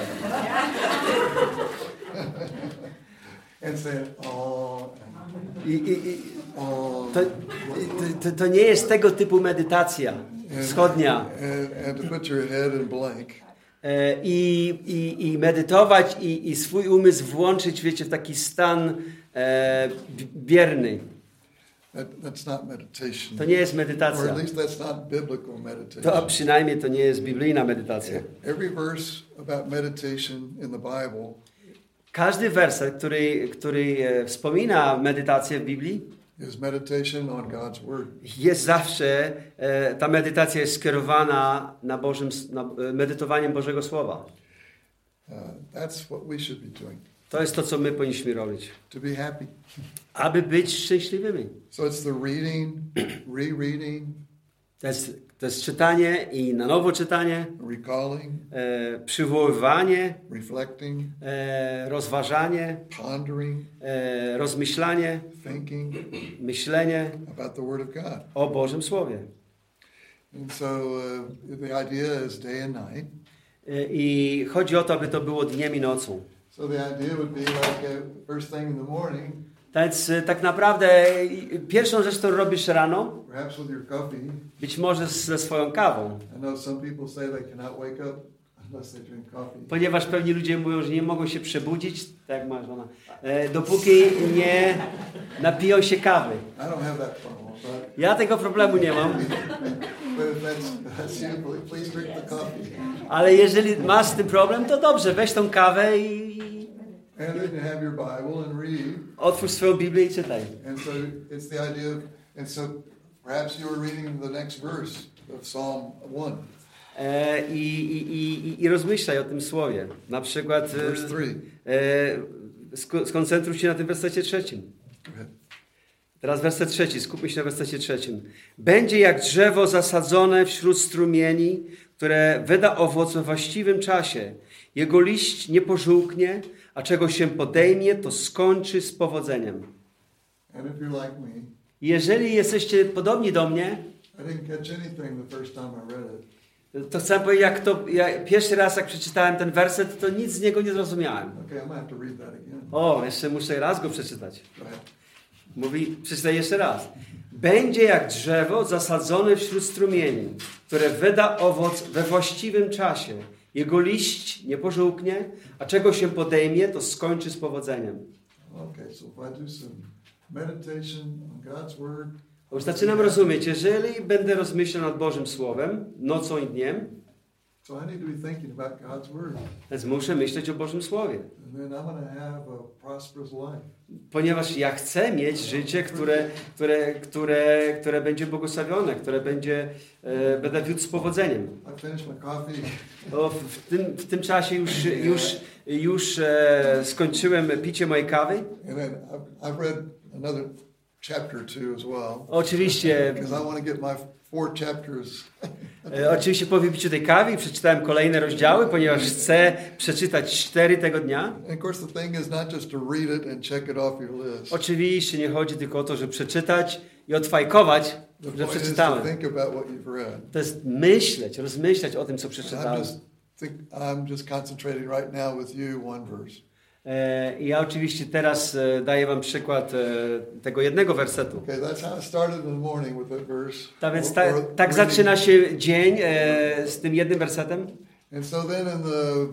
And say, oh, I, i, i, oh, to, to, to nie jest tego typu medytacja wschodnia. and, and to put your head in blank. E, I, i, i medytować i, i swój umysł włączyć, wiecie, w taki stan e, bierny. That, that's not meditation. To nie jest Or medytacja. at least that's not biblical meditation. To przynajmniej to nie jest biblijna medytacja. Every verse about meditation in the Bible Każdy werset, który, który e, wspomina medytację w Biblii, is meditation on God's word. jest zawsze, e, ta medytacja jest skierowana na, Bożym, na e, medytowaniem Bożego Słowa. Uh, that's what we should be doing. To jest to, co my powinniśmy robić, To be happy. aby być szczęśliwymi. So it's the reading, rereading, To jest, to jest czytanie i na nowo czytanie, recalling, e, przywoływanie, reflecting, e, rozważanie, pondering, e, rozmyślanie, thinking myślenie about the Word of God. o Bożym Słowie. And so uh, the idea is day and night. E, I chodzi o to, aby to było dniem i nocą. So the idea would be like uh, first thing in the morning, Więc e, tak naprawdę e, pierwszą rzecz, którą robisz rano, perhaps with your coffee. być może ze swoją kawą, I know some people say they cannot wake up unless they drink coffee. ponieważ pewni ludzie mówią, że nie mogą się przebudzić, tak jak ma żona, e, dopóki nie napiją się kawy. I don't have that problem, but, Ja tego problemu nie mam, but if that's, that's you, please- please drink the coffee. ale jeżeli masz z tym problem, to dobrze, weź tą kawę i And then you have your Bible and read. otwórz swoją Biblię i czytaj. And so it's the idea, of, and so perhaps you were reading the next verse of Psalm one, E, i, i, i, I rozmyślaj o tym słowie. Na przykład e, verse three. e, sk- skoncentruj się na tym wersecie trzecim. Go ahead. Teraz werset trzeci, skupmy się na wersecie trzecim. Będzie jak drzewo zasadzone wśród strumieni, które wyda owoc we właściwym czasie. Jego liść nie pożółknie, a czego się podejmie, to skończy z powodzeniem. And if you're like me, Jeżeli jesteście podobni do mnie, I didn't catch anything the first time I read it. to chcę powiedzieć, jak to ja pierwszy raz jak przeczytałem ten werset, to nic z niego nie zrozumiałem. Okay, I'm gonna have to read that again. O, jeszcze muszę raz go przeczytać. Go ahead. Mówi, przeczytaj jeszcze raz. Będzie jak drzewo zasadzone wśród strumieni, które wyda owoc we właściwym czasie. Jego liść nie pożółknie, a czego się podejmie, to skończy z powodzeniem. Okay, so if I do some meditation on God's word, Już zaczynam rozumieć, jeżeli będę rozmyślał nad Bożym Słowem nocą i dniem, so I need to be thinking about God's word, więc muszę myśleć o Bożym Słowie. and then I'm going to have a prosperous life. Ponieważ ja chcę mieć życie, które, które, które, które będzie błogosławione, które będzie, e, będę wiódł z powodzeniem. I finished my coffee. O, w, tym, w tym czasie już, już, już e, skończyłem picie mojej kawy. And then I've, I've read another chapter or two as well, Oczywiście, because I want to get my four chapters. E, oczywiście po wypiciu tej kawy przeczytałem kolejne rozdziały, ponieważ chcę przeczytać cztery tego dnia. And of course, the thing is not just to read it and check it off your list. Oczywiście nie chodzi tylko o to, żeby przeczytać i odfajkować, The że point is to przeczytałem. think about what you've read. To jest myśleć, rozmyślać o tym, co I'm przeczytałem. just think I'm just concentrating right now with you one verse. E, I ja oczywiście teraz e, daję wam przykład e, tego jednego wersetu. Okay, that's how I started in the morning with that verse. Tak więc Or- ta, or tak reading. zaczyna się dzień e, z tym jednym wersetem. And so then in the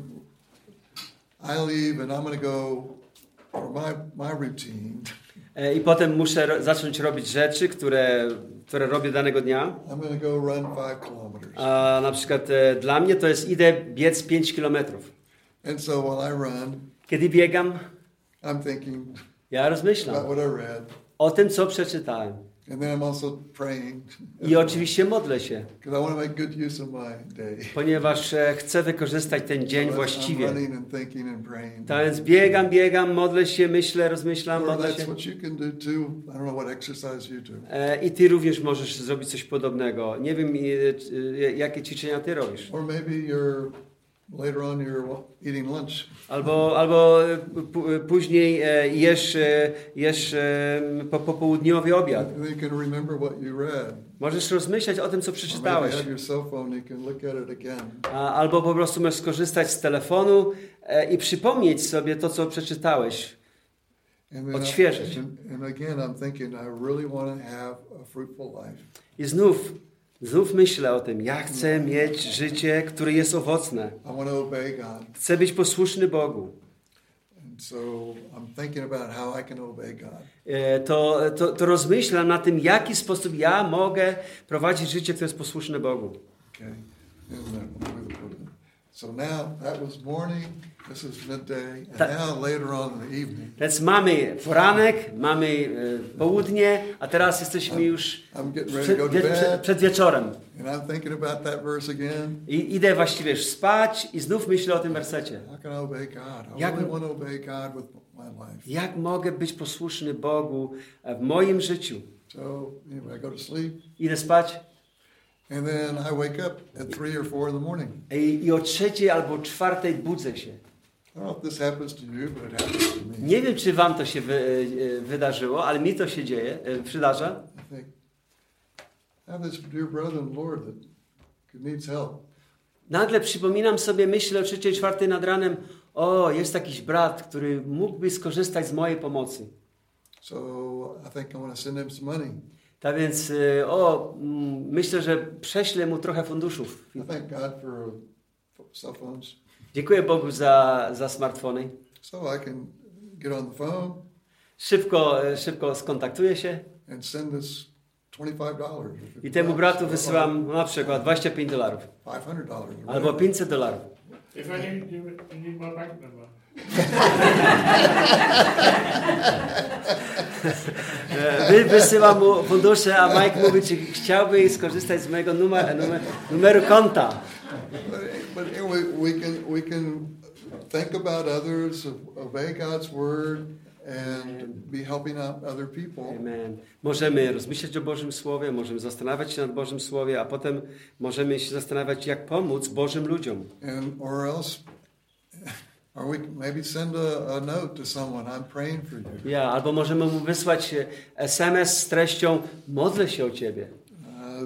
I leave and I'm going to go for my my routine. E, I potem muszę ro- zacząć robić rzeczy, które, które robię danego dnia. I'm going to go run five kilometers. A na przykład e, dla mnie to jest idę biec pięć kilometrów. And so while I run, Kiedy biegam, I'm thinking ja about rozmyślam what I read. o tym, co przeczytałem. And then I'm also praying. I oczywiście modlę się, Because I want to make good use of my day. ponieważ e, chcę wykorzystać ten dzień So I'm właściwie. running and thinking and praying. Tak więc biegam, biegam, modlę się, myślę, rozmyślam, Lord, modlę that's się. what you can do too. I don't know what exercise you do. E, I ty również możesz zrobić coś podobnego. Nie wiem, e, czy- e, jakie ćwiczenia ty robisz. Or maybe you're later on you're wa- eating lunch. Albo, albo e, p- później e, jesz, e, jesz e, po, popołudniowy obiad. And you can remember what you read. Możesz rozmyślać o tym, co Or maybe przeczytałeś. have your cell phone, you can look at it again. A, albo po prostu możesz skorzystać z telefonu e, i przypomnieć sobie to, co przeczytałeś. And then Odświeżyć. I, and, and again, I'm thinking I really want to have a fruitful life. I znów, znów myślę o tym. Ja chcę mieć życie, które jest owocne. I want to obey God. Chcę być posłuszny Bogu. And so I'm thinking about how I can obey God. E, To, to, to rozmyślam na tym, w jaki sposób ja mogę prowadzić życie, które jest posłuszne Bogu. Okay. And, uh, so now that was morning. This is midday, and Ta- now later on in the evening, Więc mamy poranek, mamy e, południe, a teraz jesteśmy już I'm getting ready przed, to go to wie, przed, bed, przed wieczorem. and I'm thinking about that verse again. I idę właściwie już spać i znów myślę o tym wersecie. How can I obey God? I Jak- really want to obey God with my life. Jak mogę być posłuszny Bogu w moim życiu? So anyway, I go to sleep, Idę spać and then I wake up at three or four in the morning. i, i o trzeciej albo czwartej budzę się. I don't know if this happens to you, but it happens to me. Nie wiem, czy wam to się wy, e, wydarzyło, ale mi to się dzieje, e, przydarza. I think, I have this dear brother in the Lord that could needs help. Nagle przypominam sobie, myślę o trzeciej, czwartej nad ranem, o, jest jakiś brat, który mógłby skorzystać z mojej pomocy. So I think I want to send him some money. Tak więc, e, o, mm, myślę, że prześlę mu trochę funduszów. I thank God for uh, cell phones. Dziękuję Bogu za, za smartfony. So I can get on the phone Szybko, e, szybko skontaktuję się and send this twenty-five dollars. i temu bratu wysyłam no, na przykład dwadzieścia pięć dolarów five hundred dollars. albo pięćset dolarów. If I need, you, you need my bank number. E, Wy, wysyłam mu fundusze, a Mike mówi, czy chciałby skorzystać z mojego numer, numer, numeru konta. But, but anyway, we can we can think about others, obey God's word, and be helping out other people. Amen. Możemy rozmyślać o Bożym Słowie, możemy zastanawiać się nad Bożym Słowie, a potem możemy się zastanawiać, jak pomóc Bożym ludziom. And or else, or we can maybe send a, a note to someone. I'm praying for you. Ja, albo możemy mu wysłać es em es z treścią modlę się o Ciebie. Uh,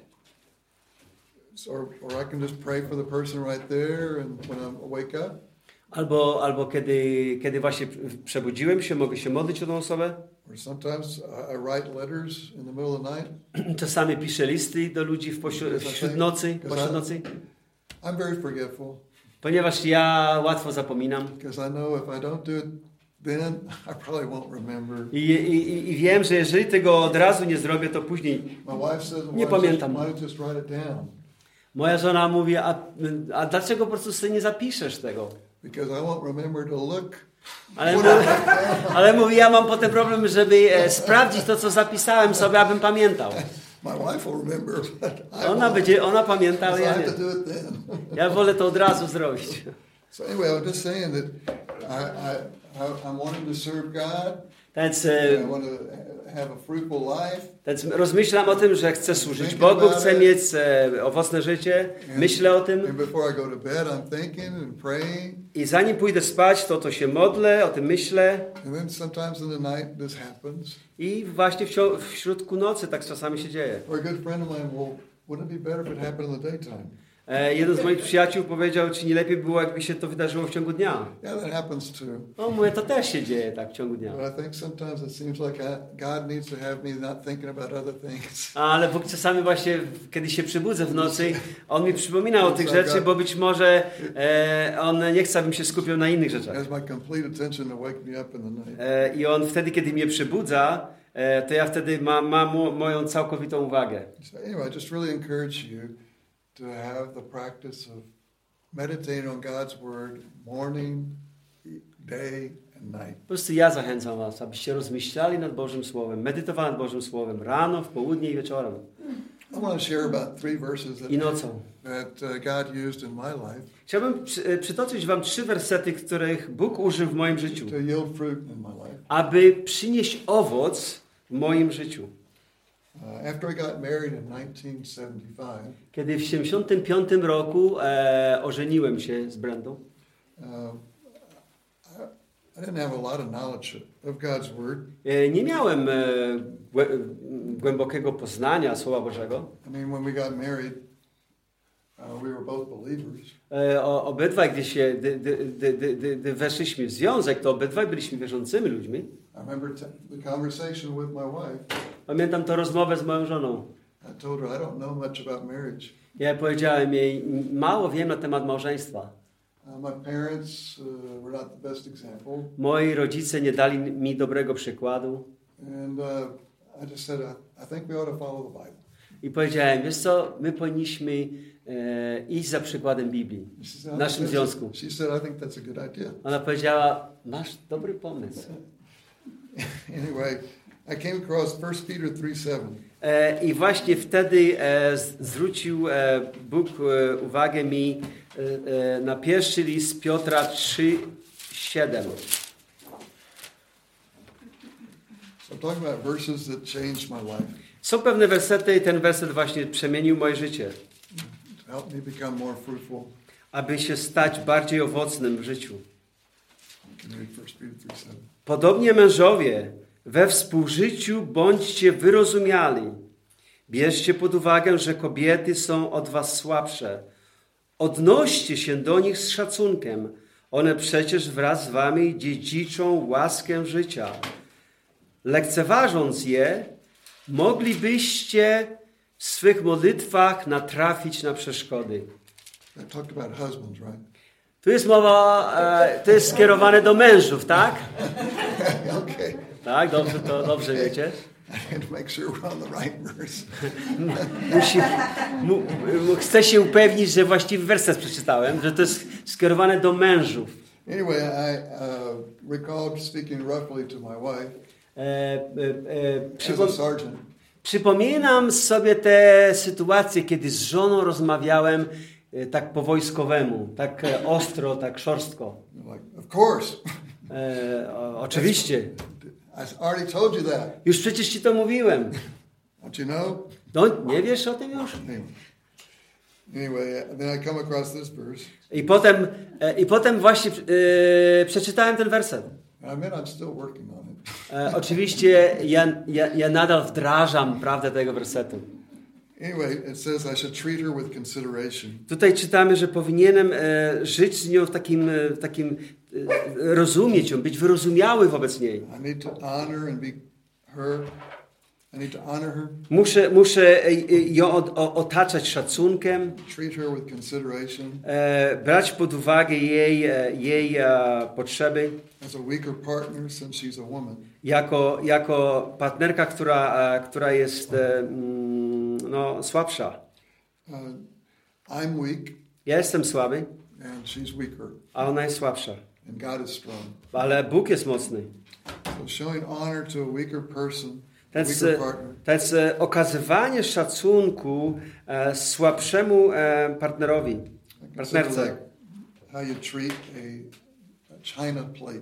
so- or, or I can just pray for the person right there, and when I wake up, Albo, albo kiedy, kiedy właśnie przebudziłem się, mogę się modlić o tą osobę. or sometimes I, I write letters in the middle of the night. Czasami piszę listy do ludzi w pośród, wśród nocy, pośród nocy, I'm very forgetful ponieważ ja łatwo zapominam. because I know if I don't do it then, I probably won't remember. I, i, I wiem, że jeżeli tego od razu nie zrobię, to później My wife says, Nie why, just, pamiętam. why just write it down? moja żona mówi, a, a dlaczego po prostu sobie nie zapiszesz tego? Because I won't remember to look. Ale, mówi, ale mówi, ja mam potem problem, żeby e, sprawdzić to, co zapisałem sobie, abym pamiętał. My wife will remember, but I Ona won't, będzie, ona pamięta, ale 'cause I ja have nie. to do it then. Ja wolę to od razu zrobić. So anyway, I was just saying that I, I, I I'm wanting to serve God. Więc I e, want to have a fruitful life. Więc rozmyślam o tym, że chcę służyć Bogu, chcę mieć e, owocne życie, myślę o tym. And before I go to bed, I'm thinking and praying. I zanim pójdę spać, to to się modlę, o tym myślę. And then sometimes in the night this happens. I właśnie w, cio- w środku nocy tak czasami się dzieje. Or a good friend of mine, well, wouldn't it be better if it happened in the daytime? E, jeden z moich przyjaciół powiedział, czy nie lepiej było, jakby się to wydarzyło w ciągu dnia. Yeah, that happens too. No mówię, to też się dzieje tak w ciągu dnia. But I think sometimes it seems like I, God needs to have me not thinking about other things. Ale Bóg czasami właśnie, kiedy się przybudzę w nocy, On mi przypomina o tych rzeczy, bo być może e, On nie chce, abym się skupiał na innych He rzeczach. has my complete attention to wake me up in the night. E, I On wtedy, kiedy mnie przybudza, e, to ja wtedy mam ma mo, moją całkowitą uwagę. So anyway, I just really encourage you to have the practice of meditating on God's Word morning, day and night. Po prostu ja zachęcam Was, abyście rozmyślali nad Bożym Słowem, medytowali nad Bożym Słowem rano, w południe i wieczorem. I want to share about three verses that, I nocą. that uh, God used in my life Chciałbym przy, przytoczyć Wam trzy wersety, których Bóg użył w moim życiu, to yield fruit in my life. aby przynieść owoc w moim życiu. Uh, after I got married in nineteen seventy-five, Kiedy w siedemdziesiątym piątym roku e, ożeniłem się z Brendą, uh, I, I didn't have a lot of knowledge of God's Word. e, nie miałem e, głę, głębokiego poznania Słowa Bożego. I mean, when we got married, uh, we were both believers. E, o, obydwaj, gdy się gdy, gdy, gdy, gdy, gdy weszliśmy w związek, to obydwaj byliśmy wierzącymi ludźmi. I remember t- the conversation with my wife. Pamiętam tę rozmowę z moją żoną. I told her I don't know much about marriage. Ja powiedziałem jej, mało wiem na temat małżeństwa. Uh, my parents uh, were not the best example, Moi rodzice nie dali mi dobrego przykładu. and uh, I just said I, I think we ought to follow the Bible. I powiedziałem, wiesz co, my powinniśmy e, iść za przykładem Biblii She said, w "I naszym think that's związku. a-" She said, I think that's a good idea. Ona powiedziała, masz dobry pomysł. Anyway, I came across First Peter three seven. E, I właśnie wtedy e, z- zwrócił e, Bóg e, uwagę mi e, e, na pierwszy list Piotra trzy siedem. So I'm talking about verses that changed my life, Są pewne wersety i ten werset właśnie przemienił moje życie, to help me become more fruitful. aby się stać bardziej owocnym w życiu. You can read First Peter three seven. Podobnie mężowie, we współżyciu bądźcie wyrozumiali. Bierzcie pod uwagę, że kobiety są od was słabsze. Odnoście się do nich z szacunkiem. One przecież wraz z wami dziedziczą łaskę życia. Lekceważąc je, moglibyście w swych modlitwach natrafić na przeszkody. I talked about husbands, right? Tu jest mowa, e, to jest skierowane do mężów, tak? Okay. Tak, dobrze, to dobrze wiecie. I had to make sure we're on the right verse. Musi, mu, mu, chcę się upewnić, że właściwy werset przeczytałem, że to jest skierowane do mężów. Anyway, I uh, recalled speaking roughly to my wife E, e, e, as a przypom- sergeant. przypominam sobie te sytuacje, kiedy z żoną rozmawiałem e, tak po wojskowemu, tak e, ostro, tak szorstko. Like, of course. E, o, oczywiście. I already told you that. Już przecież ci to mówiłem. Don't you know? No, nie wiesz o tym już? Anyway, anyway, then I come across this verse. I potem, e, i potem właśnie e, przeczytałem ten werset. I mean, I'm still working on it. E, oczywiście ja, ja, ja nadal wdrażam prawdę tego wersetu. Anyway, it says I should treat her with consideration. Tutaj czytamy, że powinienem e, żyć z nią w takim, e, takim e, rozumieć ją, być wyrozumiały wobec niej. I need to honor and be her. I need to honor her, Muszę, muszę e, e, ją od, o, otaczać szacunkiem, treat her with consideration e, brać pod uwagę jej, e, jej e, potrzeby as a weaker partner since she's a woman. jako, jako partnerka, która, e, która jest e, mm, no, słabsza. Uh, I'm weak Ja jestem słaby, and she's weaker, a ona jest słabsza. and God is strong. Ale Bóg jest mocny. So showing honor to a weaker person, a Więc, weaker partner, więc e, okazywanie szacunku e, słabszemu e, partnerowi, I consider partnerce. like how you treat a, a china plate.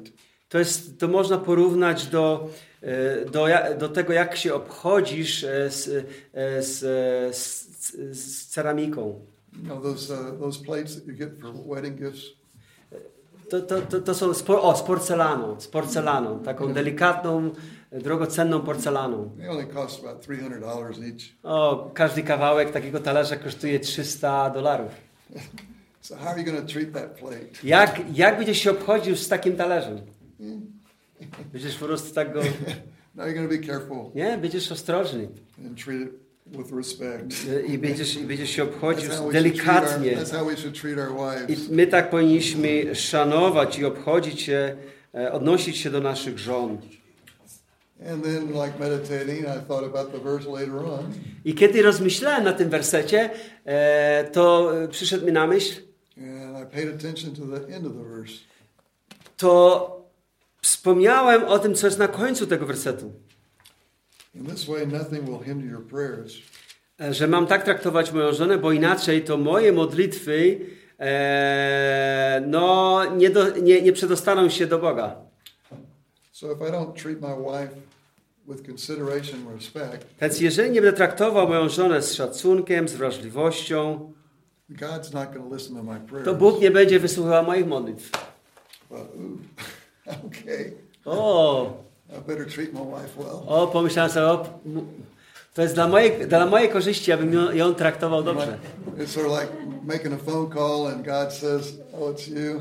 To, jest, to można porównać do, do, do tego, jak się obchodzisz z, z, z, z ceramiką. You know, those, uh, those plates that you get for wedding gifts. To, to, to, to są z, o, z porcelaną, z porcelaną, taką delikatną, drogocenną porcelaną. They only cost about three hundred dollars each. O, każdy kawałek takiego talerza kosztuje trzysta dolarów. So how are you going to treat that plate? Jak, jak będziesz się obchodził z takim talerzem? Będziesz po prostu tak go... Now you're going to be careful Nie, będziesz ostrożny. and treat it with respect. I będziesz, i będziesz się obchodził That's how we should treat our- delikatnie. That's how we should treat our wives. I my tak powinniśmy szanować i obchodzić się, e, odnosić się do naszych żon. And then, like meditating, I thought about the verse later on. I kiedy rozmyślałem na tym wersecie, e, to przyszedł mi na myśl, And I paid attention to the end of the verse. to wspomniałem o tym, co jest na końcu tego wersetu. In this way, nothing will hinder your prayers. E, Że mam tak traktować moją żonę, bo inaczej to moje modlitwy e, no, nie, do, nie, nie przedostaną się do Boga. So if I don't treat my wife with consideration and respect, Więc jeżeli nie będę traktował moją żonę z szacunkiem, z wrażliwością, God's not going to listen to my prayers. to Bóg nie będzie wysłuchał moich modlitw. But, ooh, okay, O, I better treat my wife well. o pomyślałem sobie, o, to jest dla mojej, dla mojej korzyści, abym ją, ją traktował dobrze. It's sort of like making a phone call and God says, oh, it's you.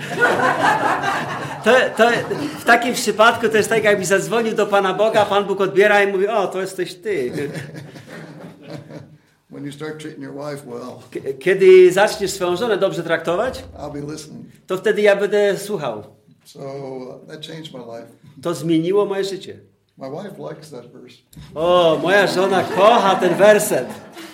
To, to, w takim przypadku to jest tak, jakbyś zadzwonił do Pana Boga, a Pan Bóg odbiera i mówi, o, to jesteś ty. When you start treating your wife well, K- Kiedy zaczniesz swoją żonę dobrze traktować, I'll be listening. to wtedy ja będę słuchał. So uh, that changed my life. To zmieniło moje życie. My wife likes that verse. O, moja żona kocha ten werset.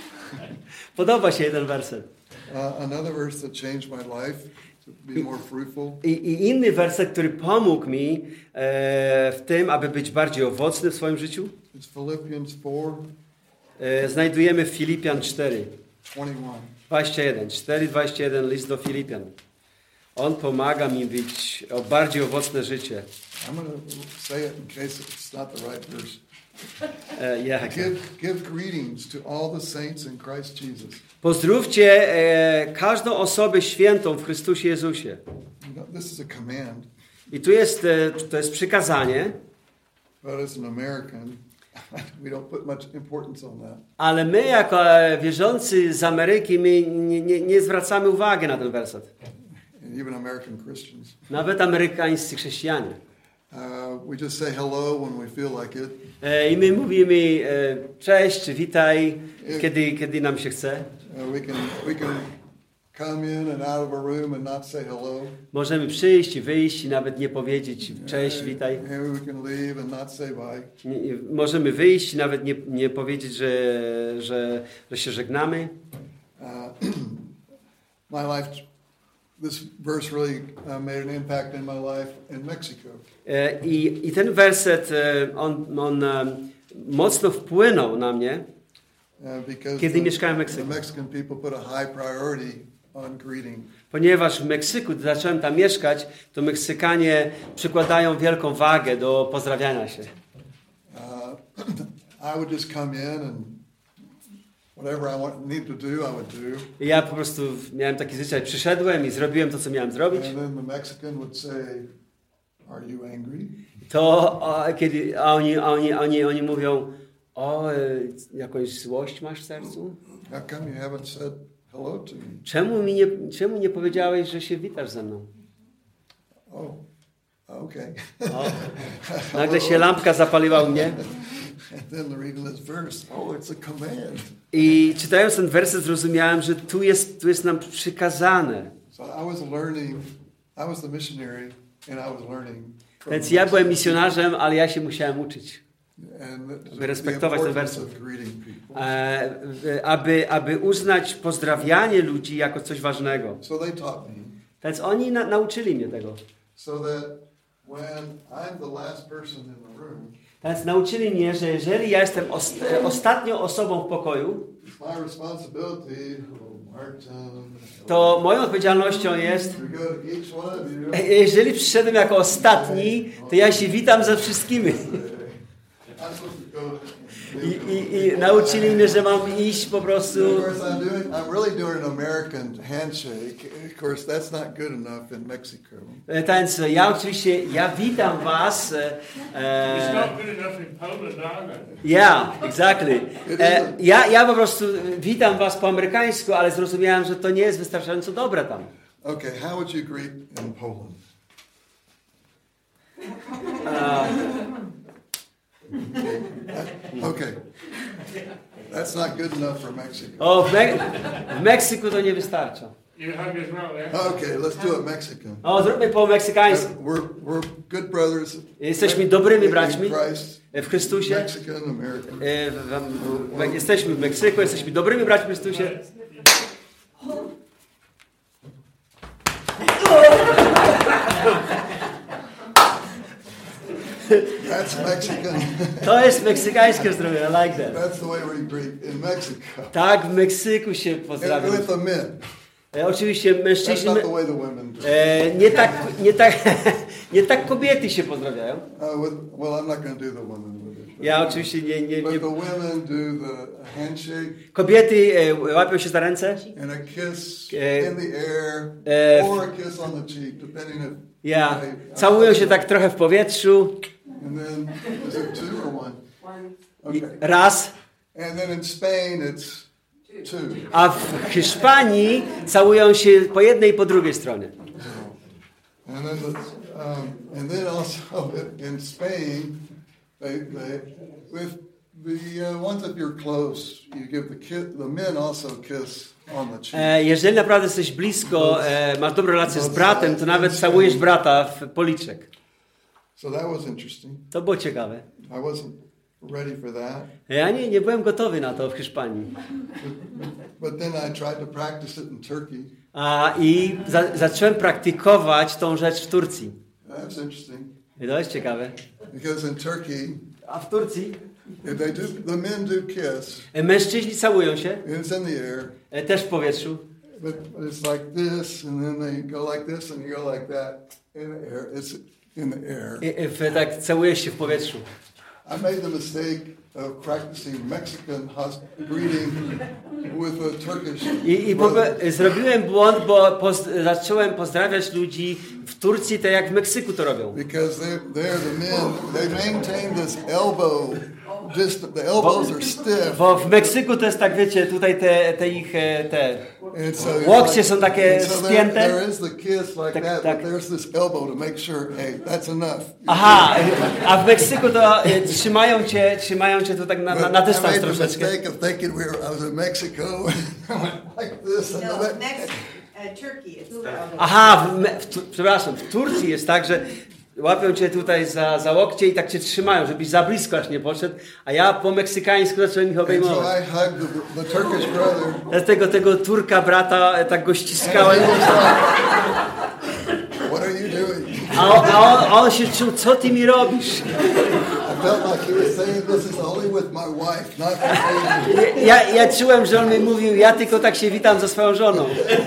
Podoba się jej ten werset. Uh, another verse that changed my life to be more fruitful. I, i inny werset, który pomógł mi e, w tym, aby być bardziej owocny w swoim życiu, It's Philippians four e, znajdujemy w Filipian cztery, twenty-one. dwadzieścia jeden. cztery, dwadzieścia jeden, list do Filipian. On pomaga mi być o bardziej owocne życie. I'm going to say it in case it's not the right verse. E, jak? Give, give greetings to all the saints in Christ Jesus. Pozdrówcie e, każdą osobę świętą w Chrystusie Jezusie. You know, this is a command, I tu jest, e, to jest przykazanie, but as an American, we don't put much importance on that. ale my jako e, wierzący z Ameryki, my nie, nie, nie zwracamy uwagi na ten werset. And even American Christians. Nawet amerykańscy chrześcijanie. Uh, we just say hello when we feel like it. E, I my mówimy e, cześć, czy witaj, kiedy, kiedy nam się chce. Uh, we can we can come in and out of a room and not say hello. Możemy przyjść i wyjść i nawet nie powiedzieć cześć, witaj. And we can leave and not say bye. Nie, nie, możemy wyjść i nawet nie, nie powiedzieć, że, że, że się żegnamy. Uh, my life, this verse really uh, made an impact in my life in Mexico. E, I, i ten werset, e, on, on e, mocno wpłynął na mnie, Uh, because kiedy the, mieszkałem w the Meksyku. Mexican people put a high priority on greeting. Ponieważ w Meksyku, gdy zacząłem tam mieszkać, to Meksykanie przykładają wielką wagę do pozdrawiania się. Uh, I would just come in and whatever I want, need to do, I would do. I ja po prostu miałem taki zwyczaj, przyszedłem i zrobiłem to, co miałem zrobić. And then the Mexican would say, "Are you angry?" To a, kiedy a oni, a oni, a oni, oni mówią, o, e, jakąś złość masz w sercu? How come you haven't said hello to me? Czemu mi nie, czemu nie powiedziałeś, że się witasz ze mną? Oh, okay. O, nagle się lampka zapaliła u mnie. And then reading this verse, oh, it's a command. I czytając ten werset zrozumiałem, że tu jest, tu jest nam przykazane. So I was learning, I was the missionary and I was learning. from Więc the ja byłem Mexicans. misjonarzem, ale ja się musiałem uczyć. And the- Aby respektować the ten importance werset. of greeting people. E, aby, aby uznać pozdrawianie ludzi jako coś ważnego. So they taught me. Więc oni na, nauczyli mnie tego. So that when I'm the last person in the room, Więc nauczyli mnie, że jeżeli ja jestem ost- ostatnią osobą w pokoju, it's my responsibility. Oh, to moją odpowiedzialnością jest, We go to each one of you. e, jeżeli przyszedłem jako ostatni, to ja się witam ze wszystkimi. I'm supposed to go. I, i, i nauczyli mnie, że mam iść po prostu. Of course, I'm doing. I'm really doing an American handshake. Of course, that's not good enough in Mexico. E, Więc ja oczywiście, ja witam was. E, It's e, not good enough in Poland either. yeah, exactly. E, ja, ja po prostu witam was po amerykańsku, ale zrozumiałem, że to nie jest wystarczająco dobre tam. Okay, how would you greet in Poland? Okay, that's not good enough for Mexico. O, w, Me- w Meksyku to nie wystarcza. You hug as well, yeah? Okay, let's do it Mexican. O, zróbmy po meksykańsku. We're we're good brothers. Jesteśmy dobrymi in braćmi Christ, w Chrystusie. Mexican, American. E, w, w, w, jesteśmy w Meksyku, jesteśmy dobrymi braćmi w Chrystusie. That's Mexican. To jest meksykańskie zdrowie, I like that. That's the way we greet in Mexico. Tak, w Meksyku się And pozdrawia. with the men. E, oczywiście That's mężczyźni, not the way the women do. e, nie, tak, nie, tak, nie tak kobiety się pozdrawiają. Uh, with, well, I'm not going to do the women with it. Ja oczywiście nie, nie, But nie. the women do the handshake Kobiety e, łapią się za ręce. and a kiss Uh, in the air uh, or a kiss on the cheek, depending if. Ja. Całują się tak trochę w powietrzu. And then is it two or one? One. I Okay. raz. And then in Spain it's two. A w Hiszpanii całują się po jednej i po drugiej stronie. And then the, um, and then also in Spain, they they with the uh, ones if you're close, you give the kid the men also kiss on the cheek. E, jeżeli naprawdę jesteś blisko, e, masz dobrą relację z bratem, to nawet całujesz brata w policzek. So that was interesting. To było ciekawe. I wasn't ready for that, Ja nie, nie byłem gotowy na to w Hiszpanii. but then I tried to practice it in Turkey. A, I za, zacząłem praktykować tą rzecz w Turcji. That's interesting I to jest ciekawe. because in Turkey, A w Turcji they do the men do kiss, e, mężczyźni całują się, and it's in the air, e, też w powietrzu. but it's like this, and then they go like this, and you go like that in the air. It's in the air. I, i, w, tak całujesz się w powietrzu. I made the mistake of practicing Mexican hosp- greeting with a Turkish I, i brother. pope- zrobiłem błąd, bo poz, zacząłem pozdrawiać ludzi w Turcji tak jak w Meksyku to robią. Because they're, they're the men, they maintain this elbow, just the elbows are stiff. Bo w Meksyku to jest tak, wiecie, tutaj te, te ich e, te And so it's łokcie są takie and so there, spięte. there is the kiss like Tak, that, tak. but there's this elbow to make sure, hey, that's enough. Aha, a w Meksyku to e, trzymają cię, trzymają cię tu tak na, na, na But I dystans made the troszeczkę. mistake of thinking we were, I was in Mexico, I went like this. And No, that, Mexico, uh, Turkey is Aha, w, Me- w, Tu- przepraszam, w Turcji jest tak, że łapią cię tutaj za, za łokcie i tak cię trzymają, żebyś za blisko aż nie poszedł, a ja po meksykańsku zacząłem ich and so obejmować. I hugged the, the Turkish brother. Dlatego tego Turka brata e, tak go And ściskałem. he was like, what are you doing? A on, a on, a on się czuł, co ty mi robisz? I felt like he was saying this is only with my wife, not with you. Ja, ja czułem, że on mi mówił, ja tylko tak się witam ze swoją żoną.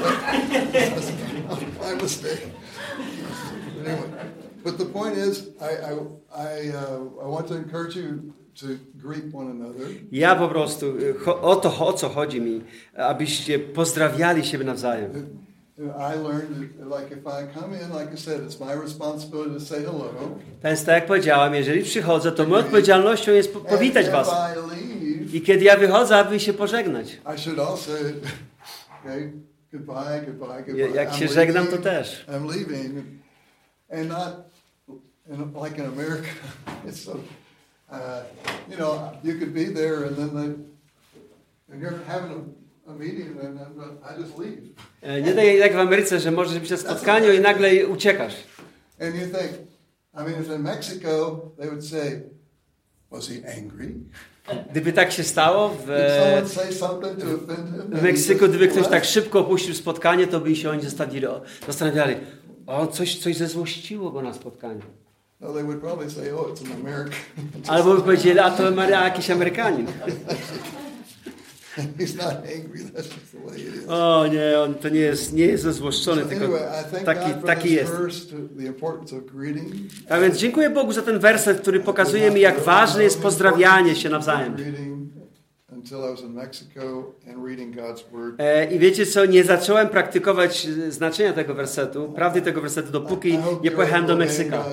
My mistake. Anyway, but the point is, I I I, uh, I want to encourage you to greet one another. Ja po prostu, y, cho, o to, o co chodzi mi, abyście pozdrawiali siebie nawzajem. I learned that, like, if I come in, like I said, it's my responsibility to say hello. Więc tak jak powiedziałem, jeżeli przychodzę, to moją odpowiedzialnością jest po, powitać And was. if I leave, I kiedy ja wychodzę, aby się pożegnać. I should also, okay, goodbye, goodbye, Ja- goodbye. Jak I'm się żegnam, to leaving, też. I'm leaving, and not in, like in America. It's so, uh, you know, you could be there, and then they, and you're having a, a meeting, and then I just leave. E, Nie tak jak w Ameryce, że możesz być na spotkaniu i nagle uciekasz. And you think, I mean, if in Mexico, they would say, was he angry? Gdyby tak się stało w, Did someone say something to offend him? w And he Meksyku, just gdyby ktoś tak left? szybko opuścił spotkanie, to by się oni zastanawiali, zastanawiali o, coś, coś zezłościło go na spotkaniu. No, they would probably say, oh, it's an American. Albo by powiedzieli, a to Maria, jakiś Amerykanin. He's not angry. That's just the way it is. O nie, on to nie jest, nie jest zezłoszczony, So tylko anyway, I thank taki, God for taki this jest. verse, to the importance of greeting. A więc dziękuję Bogu za ten werset, który pokazuje mi, jak ważne jest pozdrawianie się nawzajem. Until I was in Mexico and reading God's word. E, I wiecie co, nie zacząłem praktykować znaczenia tego wersetu, prawdy tego wersetu, dopóki nie pojechałem do Meksyka.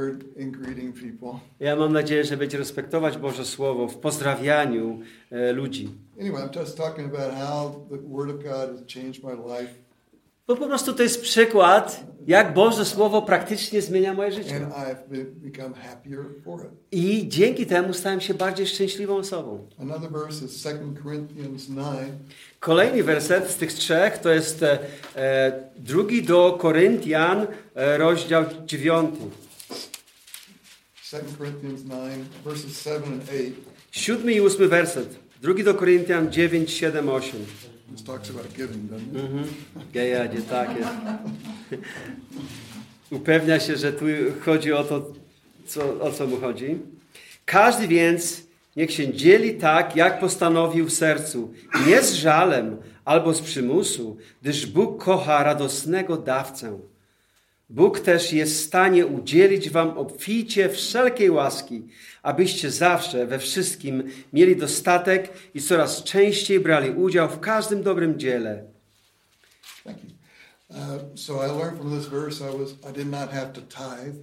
Ja mam nadzieję, że będziecie respektować Boże Słowo w pozdrawianiu e, ludzi. Anyway, I'm just talking about how the word of God has changed my life. Bo po prostu to jest przykład, jak Boże Słowo praktycznie zmienia moje życie. And I've become happier for it. I dzięki temu stałem się bardziej szczęśliwą osobą. Another verse is Second Corinthians nine. Kolejny werset z tych trzech to jest e, e, drugi do Koryntian, e, rozdział dziewiąty. Second Corinthians nine, verses seven and eight. Siódmy i ósmy werset. Drugi do Koryntian dziewięć, siedem, osiem. This talks about giving, doesn't it? Mhm. Gejadzie, tak jest. Upewnia się, że tu chodzi o to, co, o co mu chodzi. Każdy więc niech się dzieli tak, jak postanowił w sercu. Nie z żalem albo z przymusu, gdyż Bóg kocha radosnego dawcę. Bóg też jest w stanie udzielić wam obficie wszelkiej łaski, abyście zawsze we wszystkim mieli dostatek i coraz częściej brali udział w każdym dobrym dziele. Thank you. Uh, so I learned from this verse I was I did not have to tithe.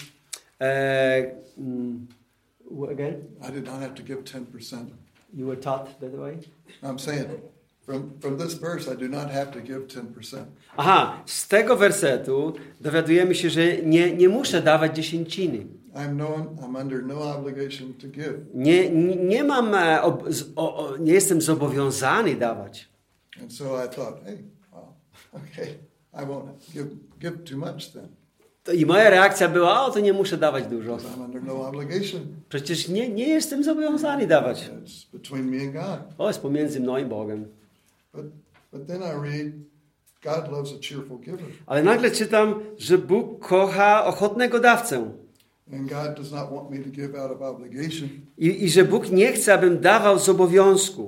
Uh, mm, again? I did not have to give ten percent. You were taught by the way? I'm saying from from this verse I do not have to give ten percent. Aha, z tego wersetu dowiadujemy się, że nie, nie muszę dawać dziesięciny. I'm no I'm under no obligation to give. Nie, nie, nie mam, ob, o, o, nie jestem zobowiązany dawać. And so I thought, hey, well, okay, I won't give give too much then. To I moja reakcja była, o, to nie muszę dawać dużo. Because I'm under no obligation. Przecież nie, nie jestem zobowiązany dawać. It's between me and God. O, jest pomiędzy mną i Bogiem. But but then I read God loves a cheerful giver. Ale nagle czytam, że Bóg kocha ochotnego dawcę. And God does not want me to give out of obligation. I, i że Bóg nie chce, abym dawał z obowiązku.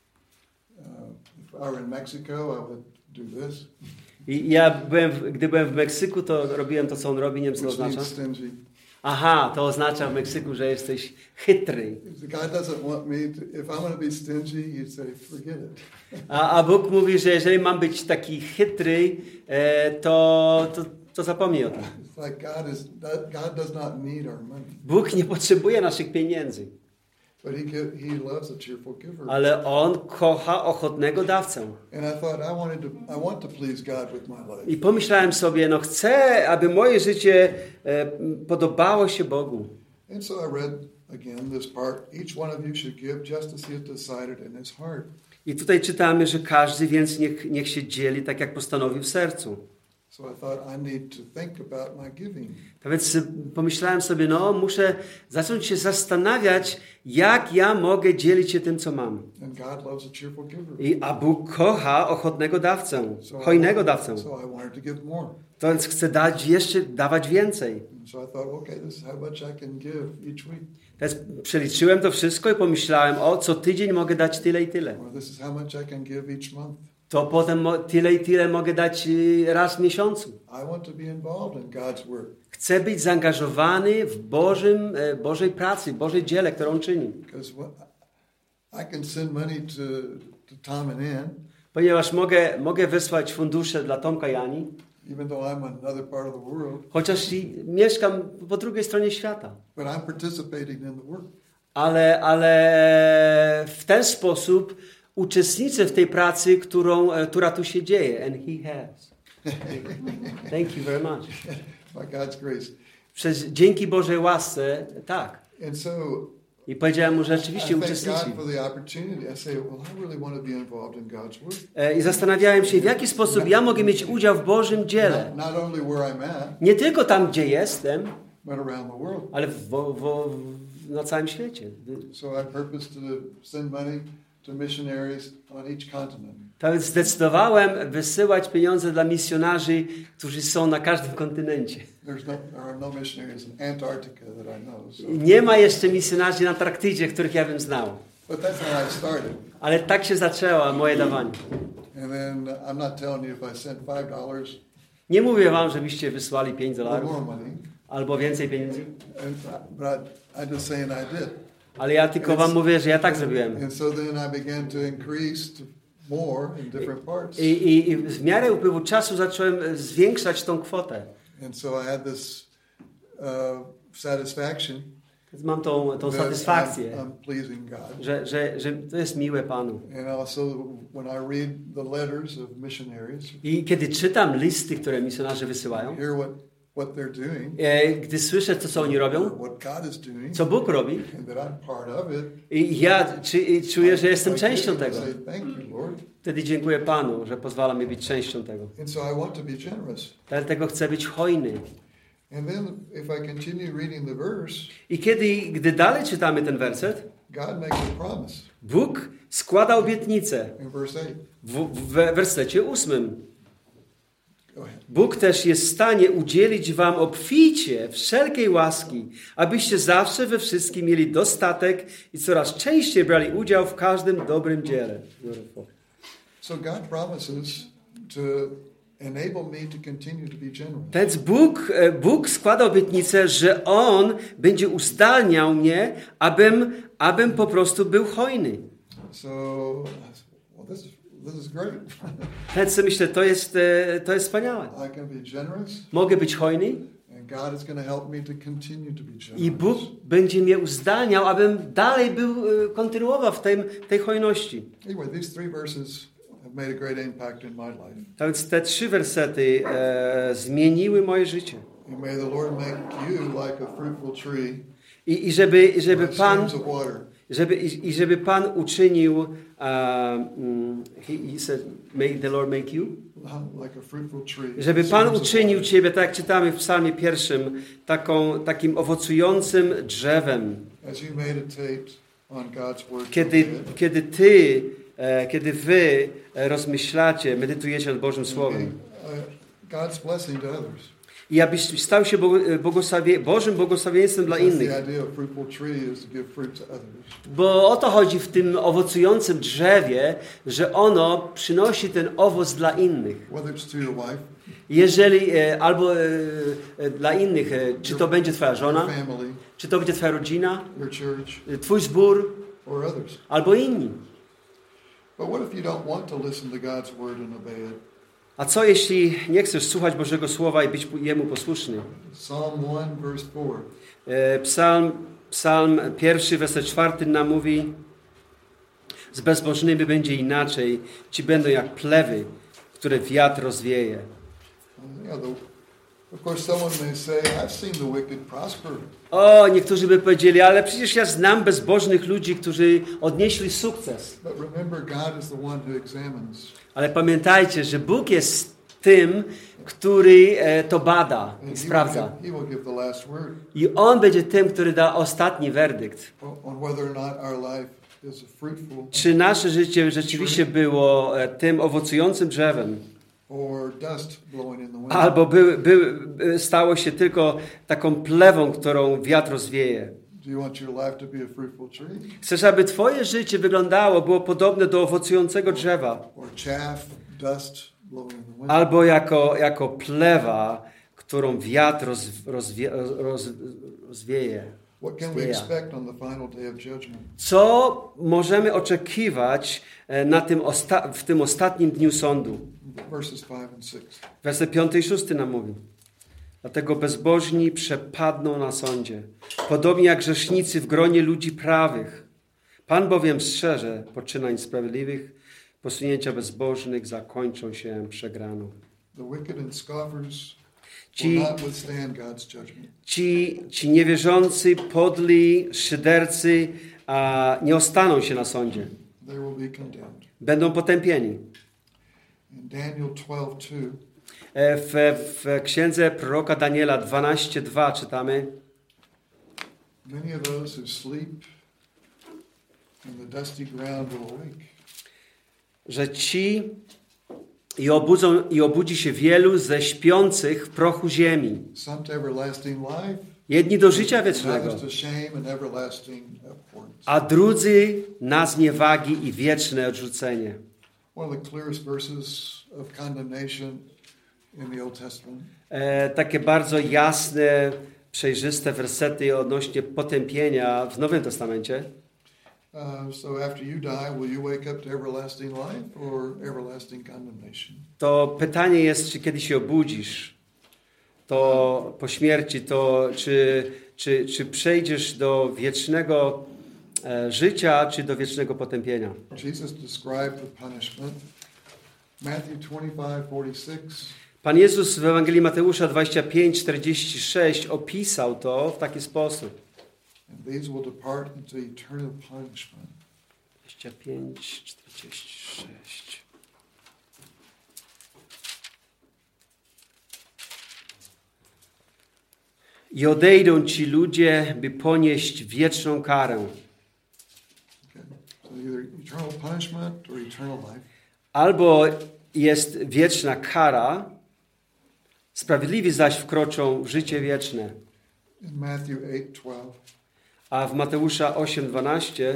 Uh, if I were in Mexico, I would do this. I ja byłem, w, gdy byłem w Meksyku, to robiłem to, co on robi, nie wiem, co to Which oznacza. means stingy. Aha, to oznacza w Meksyku, że jesteś chytry. God doesn't want me to, if I'm going to be stingy, he'd say, forget it. A, a Bóg mówi, że jeżeli mam być taki chytry, e, to, to, to zapomnij o tym. It's like God is, God does not need our money. Bóg nie potrzebuje naszych pieniędzy, But he, give, he loves a cheerful giver. ale On kocha ochotnego dawcę. And I thought I wanted to, I want to please God with my life. I pomyślałem sobie, no chcę, aby moje życie e, podobało się Bogu. And so I read again this part. Each one of you should give just as he has decided in his heart. I tutaj czytamy, że każdy więc niech, niech się dzieli tak, jak postanowił w sercu. So I thought I need to think about my giving. Tak więc pomyślałem sobie, no muszę zacząć się zastanawiać, jak ja mogę dzielić się tym, co mam. And God loves a cheerful giver. I, a Bóg kocha ochotnego dawcę, So hojnego I, dawcę. so I wanted to give more. To więc chcę dać jeszcze, dawać więcej. And so I thought, okay, this is how much I can give each week. Teraz przeliczyłem to wszystko i pomyślałem, o, co tydzień mogę dać tyle i tyle. Or this is how much I can give each month. To potem mo- tyle i tyle mogę dać y, raz w miesiącu. I want to be involved in God's work. Chcę być zaangażowany w Bożym, e, Bożej pracy, Bożej dziele, którą on czyni. Because what, I can send money to, to Tom and Ann, Ponieważ mogę, mogę wysłać fundusze dla Tomka i Ani, even though I'm in another part of the world, chociaż i mieszkam po drugiej stronie świata. but I'm participating in the work. Ale, ale w ten sposób uczestniczę w tej pracy, którą, e, która tu się dzieje. And he has. Thank you very much. By God's grace. Przez, dzięki Bożej łasce, tak. And so I powiedziałem mu, I rzeczywiście thank uczestniczy. God for the opportunity. I say, well, I really want to be involved in God's work. E, I zastanawiałem się, w jaki sposób ja mogę mieć udział w Bożym dziele. Not, not only where I'm at, Nie tylko tam, gdzie jestem, but around the world. ale w, w, w, na całym świecie. So I purpose to send money to missionaries on each continent. Tak więc zdecydowałem wysyłać pieniądze dla misjonarzy, którzy są na każdym kontynencie. There's no, there are no missionaries in Antarctica that I know. So, Nie ma jeszcze misjonarzy na Antarktydzie, których ja bym znał. But that's how I started. Ale tak się zaczęło moje dawanie. And then I'm not telling you if I sent five dollars Nie mówię wam, żebyście wysłali pięć or dolarów more money, albo więcej pieniędzy, and, but I, I'm just saying I did. ale ja tylko wam mówię, że ja tak zrobiłem. And so then I began to increase to more in different parts. I, i, I w miarę upływu czasu zacząłem zwiększać tą kwotę. And so I had this uh, satisfaction Więc mam tą, tą that satysfakcję, I'm, I'm pleasing God. że, że, że to jest miłe Panu. And also when I read the letters of missionaries, I kiedy czytam listy, które misjonarze wysyłają, hear what, what they're doing, e, gdy słyszę to, co oni robią, what God is doing, co Bóg robi, and that I'm part of it, i ja czy, i czuję, że jestem I częścią give and tego. say, thank you, Lord. Wtedy dziękuję Panu, że pozwala mi być częścią tego. And so I want to be generous. Dlatego chcę być hojny. And then if I continue reading the verse, I kiedy, gdy dalej czytamy ten werset, God makes a promise Bóg składa obietnicę in verse eight. w, w wersecie ósmym. Go ahead. Bóg też jest w stanie udzielić wam obficie wszelkiej łaski, abyście zawsze we wszystkim mieli dostatek i coraz częściej brali udział w każdym dobrym dziele. So God promises to enable me to continue to be generous. Więc Bóg, e, Bóg składa obietnicę, że On będzie uzdalniał mnie, abym, abym po prostu był hojny. So, well, this is this is great. Więc myślę, to jest, e, to jest wspaniałe. I can be generous, Mogę być hojny and God is going to help me to continue to be generous. i Bóg będzie mnie uzdalniał, abym dalej był, e, kontynuował w tej, tej hojności. Anyway, these three verses have made a great impact in my life. Tak więc te trzy wersety e, zmieniły moje życie. And may the Lord make you like a fruitful tree, I, i żeby, i żeby by Pan, streams of water. żeby, i, i żeby Pan uczynił, um, he, he said, may the Lord make you? Like a fruitful tree. Żeby Pan Streams of uczynił water. Ciebie, tak jak czytamy w psalmie pierwszym, taką, takim owocującym drzewem. As you meditate on God's word, Kiedy, today, kiedy Ty, e, kiedy Wy e, rozmyślacie, medytujecie nad Bożym Słowem. uh, God's blessing to others. I abyś stał się Bogu- błogosławie, Bożym błogosławieństwem dla That's innych. the idea of fruitful tree is to give fruit to others. Bo o to chodzi w tym owocującym drzewie, że ono przynosi ten owoc dla innych. Whether it's to your wife, Jeżeli, e, albo e, e, dla innych, e, czy to będzie Twoja your żona, family, czy to będzie Twoja rodzina, your church, e, Twój zbór, or others. albo inni. But what if you don't want to listen to God's word and obey it? A co jeśli nie chcesz słuchać Bożego Słowa i być Jemu posłuszny? Psalm one, verse four. E, Psalm, psalm pierwszy, werset czwarty nam mówi: z bezbożnymi będzie inaczej, ci będą jak plewy, które wiatr rozwieje. You know, the, of course, someone may say, I've seen the wicked prosper. O, niektórzy by powiedzieli, ale przecież ja znam bezbożnych ludzi, którzy odnieśli sukces. But remember, God is the one who examines. Ale pamiętajcie, że Bóg jest tym, który e, to bada And i he will sprawdza. give- He will give the last word I On będzie tym, który da ostatni werdykt. on whether or not our life is a fruitful Czy nasze życie rzeczywiście było e, tym owocującym drzewem, or dust blowing in the wind. albo by, by, by stało się tylko taką plewą, którą wiatr rozwieje. Do you want your life to be a fruitful tree Chcesz, aby twoje życie wyglądało, było podobne do owocującego drzewa, or chaff, dust blowing in the wind? albo jako, jako plewa, którą wiatr roz, rozwie, roz, rozwieje. What can we zwieja. expect on the final day of judgment? Co możemy oczekiwać e, na tym osta- w tym ostatnim dniu sądu? Verses five and six. Werset piąty i szósty nam mówi. Dlatego bezbożni przepadną na sądzie, podobnie jak grzesznicy w gronie ludzi prawych. Pan bowiem strzeże poczynań sprawiedliwych, posunięcia bezbożnych zakończą się przegraną. The wicked and scoffers Ci, will not withstand God's judgment. ci, ci niewierzący, podli, szydercy a nie ostaną się na sądzie. They will be condemned. Będą potępieni. In Daniel twelve two, E, W, w księdze proroka Daniela dwanaście dwa czytamy: many of those who sleep in the dusty ground will awake. że ci i, obudzą, i obudzi się wielu ze śpiących w prochu ziemi. Some to everlasting life, Jedni do życia wiecznego, others to shame and everlasting abhorrence. a drudzy na zniewagi i wieczne odrzucenie. One of the clearest verses of condemnation in the Old Testament. E, takie bardzo jasne, przejrzyste wersety odnośnie potępienia w Nowym Testamencie. Uh, so after you die, will you wake up to everlasting life or everlasting condemnation? To pytanie jest, czy kiedy się obudzisz, to po śmierci, to czy, czy, czy przejdziesz do wiecznego e, życia, czy do wiecznego potępienia. Jesus described the punishment. Matthew twenty-five forty-six. Pan Jezus w Ewangelii Mateusza dwadzieścia pięć czterdzieści sześć opisał to w taki sposób. And these will depart into eternal punishment. dwadzieścia pięć czterdzieści sześć. I odejdą ci ludzie, by ponieść wieczną karę. Okay. So either eternal punishment or eternal life. Albo jest wieczna kara, sprawiedliwi zaś wkroczą w życie wieczne. In Matthew eight twelve. A w Mateusza osiem dwanaście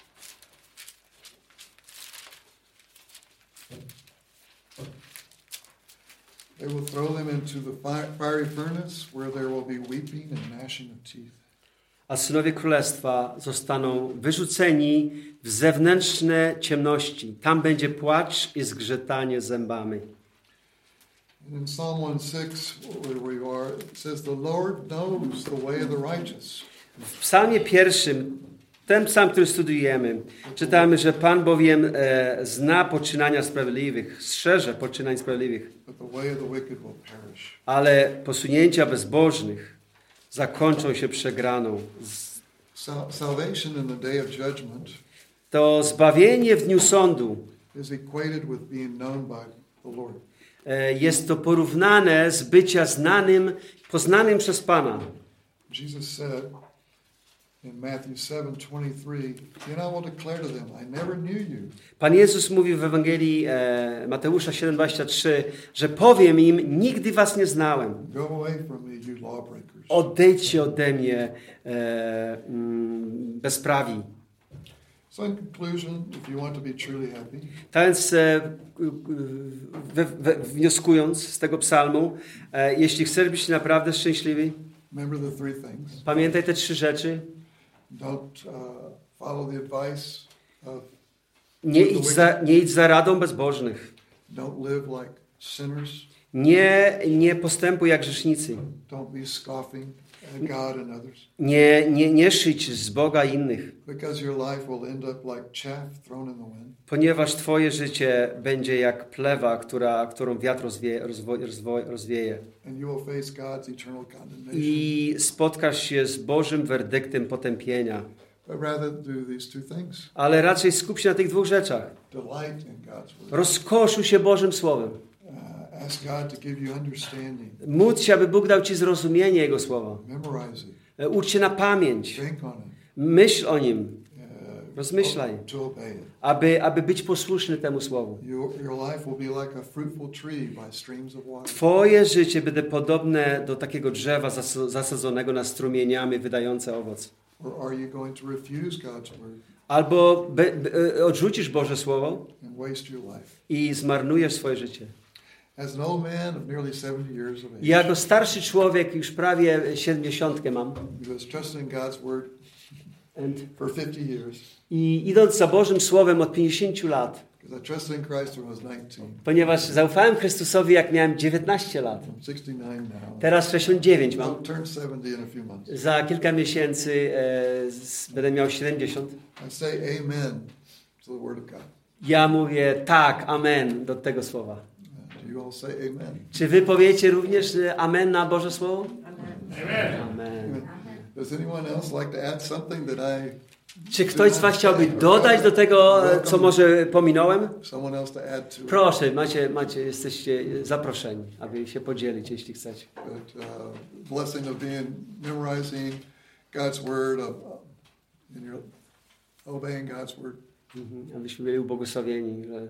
They will throw them into the fi- fiery furnace where there will be weeping and gnashing of teeth. a synowie królestwa zostaną wyrzuceni w zewnętrzne ciemności. Tam będzie płacz i zgrzytanie zębami. And in Psalm one six, where we are, it says, "The Lord knows the way of the righteous." W psalmie pierwszym, ten psalm, który studujemy, czytamy, że Pan bowiem e, zna poczynania sprawiedliwych, strzeże poczynań sprawiedliwych, But the way of the wicked will perish. ale posunięcia bezbożnych zakończą się przegraną. Z- Sal- salvation in the day of judgment To zbawienie w dniu sądu is equated with being known by the Lord. e, jest to porównane z bycia znanym, poznanym przez Pana. Jesus said in Matthew seven twenty-three, "Then I will declare to them, I never knew you. Pan Jezus mówi w Ewangelii e, Mateusza siedem dwadzieścia trzy, że powiem im, nigdy was nie znałem. Go away from me, you lawbreakers." Odejdźcie ode mnie, e, mm, bezprawi. So in conclusion, if you want to be truly happy, Tak więc e, we, we, wnioskując z tego psalmu, e, jeśli chcesz być naprawdę szczęśliwy, remember the three things. pamiętaj te trzy rzeczy. Don't uh, follow the advice of, Nie idź za, nie idź za radą bezbożnych. don't live like sinners. Nie, nie postępuj jak grzesznicy. Don't be scoffing at God and others. Nie, nie, nie szyć z Boga innych. Because your life will end up like chaff thrown in the wind. Ponieważ twoje życie będzie jak plewa, która, którą wiatr rozwieje, rozwo, rozwo, rozwieje. And you will face God's eternal condemnation. I spotkasz się z Bożym werdyktem potępienia. But rather do these two things. Ale raczej skup się na tych dwóch rzeczach. Delight in God's word. Rozkoszuj się Bożym Słowem. Uh, ask God to give you understanding. Módl się, aby Bóg dał ci zrozumienie Jego Słowa. Memorize it. E, Ucz się na pamięć. Think on it. Myśl o nim. Uh, Rozmyślaj. To obey it. Aby, aby być posłuszny temu Słowu. Your, your life will be like a fruitful tree by streams of water. Twoje życie będzie podobne do takiego drzewa zas- zasadzonego na strumieniami, wydające owoc. Or are you going to refuse God's word Albo be, be, odrzucisz Boże Słowo and waste your life? i zmarnujesz swoje życie. As an old man of nearly seventy years of age, I jako starszy człowiek, już prawie siedemdziesiątkę mam, who has trusted in God's word and, for fifty years, i idąc za Bożym Słowem od pięćdziesięciu lat, because I trusted in Christ when I was nineteen, ponieważ zaufałem Chrystusowi, jak miałem dziewiętnaście lat. I'm sixty-nine now. Teraz sześćdziesiąt dziewięć mam. I'll turn seventy in a few months. Za kilka miesięcy e, z, będę miał siedemdziesiąt. I say amen to the word of God. Ja mówię tak, amen do tego słowa. Uh, do you all say amen? Czy wy powiecie również e, amen na Boże Słowo? Amen. Amen. Does anyone else like to add something that I, Czy ktoś z was chciałby dodać do tego, e, co może pominąłem? someone else to add to it? Proszę, macie, macie, jesteście zaproszeni, aby się podzielić, jeśli chcecie. But uh, blessing of being memorizing God's word, of, uh, and you're obeying God's word. Mhm. Abyśmy byli ubłogosławieni, że,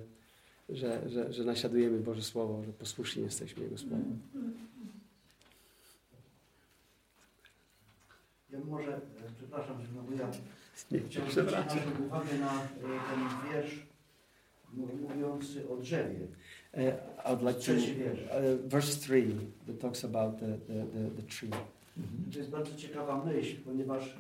że, że, że naśladujemy Boże Słowo, że posłuszni jesteśmy Jego Słowu. Ja może, e, przepraszam, że znowu ja Nie, Chciałbym zwrócić przepraszam. naszą uwagę na e, ten wiersz mów- mówiący o drzewie. Uh, I would like to, Trzeci wiersz. uh, verse three that talks about the, the, the, the tree. To jest bardzo ciekawa myśl, ponieważ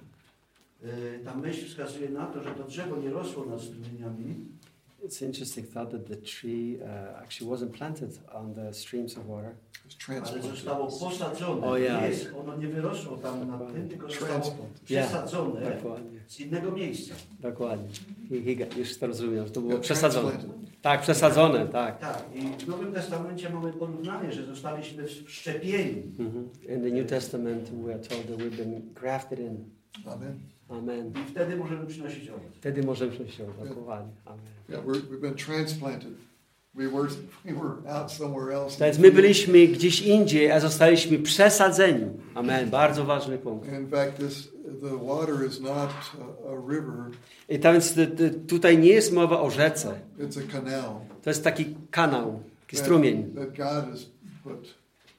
e, ta myśl wskazuje na to, że to drzewo nie rosło nad strumieniami, It's an interesting thought that the tree uh, actually wasn't planted on the streams of water. It's ale transplanted. zostało posadzone. O ja. Nie jest, ono nie wyrosło tam nad tym, tylko zostało Transplanted. przesadzone Dokładnie, z innego miejsca. dokładnie. He, he got, już to rozumiem, że to było Yeah, przesadzone. transplanted. Tak, przesadzone, tak. Tak, i w Nowym Testamencie mamy porównanie, że zostaliśmy wszczepieni. Mhm. In the New Testament we are told that we've been grafted in. Amen. Amen. I wtedy możemy przynosić owoc. Wtedy możemy przyjść owoc. Dokładnie. Amen. Yeah, we're, we've been transplanted. We were, we were out somewhere else. Więc my byliśmy gdzieś indziej, a zostaliśmy przesadzeni. Amen. Bardzo ważny punkt. In fact, this, the water is not a, a river, I tak więc t- t- tutaj nie jest mowa o rzece. it's a canal. To jest taki kanał, taki that- strumień, That God has put,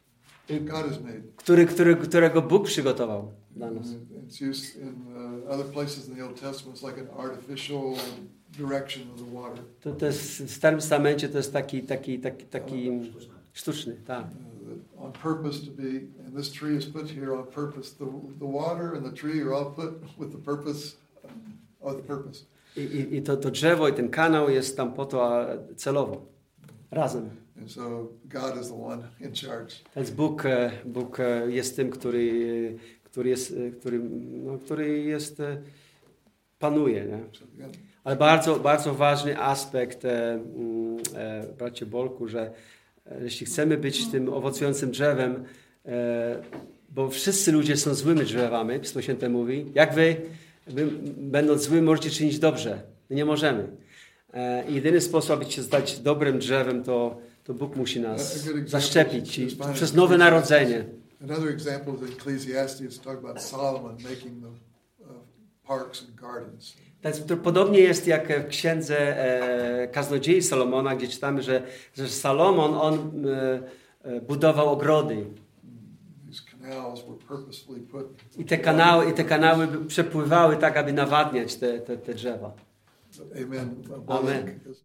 God has made. który, który, którego Bóg przygotował dla nas. It's used in uh, other places in the Old Testament. It's like an artificial direction of the water. To, to jest, w Starym Testamencie to jest taki, taki, taki, taki sztuczny, tak. Uh, on purpose to be, and this tree is put here on purpose. The, the water and the tree are all put with the purpose of the purpose. I, i, i to, to drzewo i ten kanał jest tam po to a celowo, razem. And so God is the one in charge. Więc Bóg, e, Bóg e, jest tym, który, który jest, e, który, no, który jest, e, panuje, nie? So, yeah. Ale bardzo, bardzo ważny aspekt, e, mm, e, bracie Bolku, że e, jeśli chcemy być tym owocującym drzewem, e, bo wszyscy ludzie są złymi drzewami, Pismo Święte mówi, jak wy, wy będąc zły, możecie czynić dobrze. My nie możemy. E, i jedyny sposób, aby się stać dobrym drzewem, to, to Bóg musi A- a nas good example zaszczepić i is found in przez nowe narodzenie. Another example is Ecclesiastes talk about Solomon making the uh, parks and gardens. Więc to podobnie jest jak w księdze e, Kaznodziei Salomona, gdzie czytamy, że, że Salomon on e, e, budował ogrody. These canals were purposefully put. I te kanały, i te kanały przepływały tak, aby nawadniać te, te, te drzewa. Amen. Amen.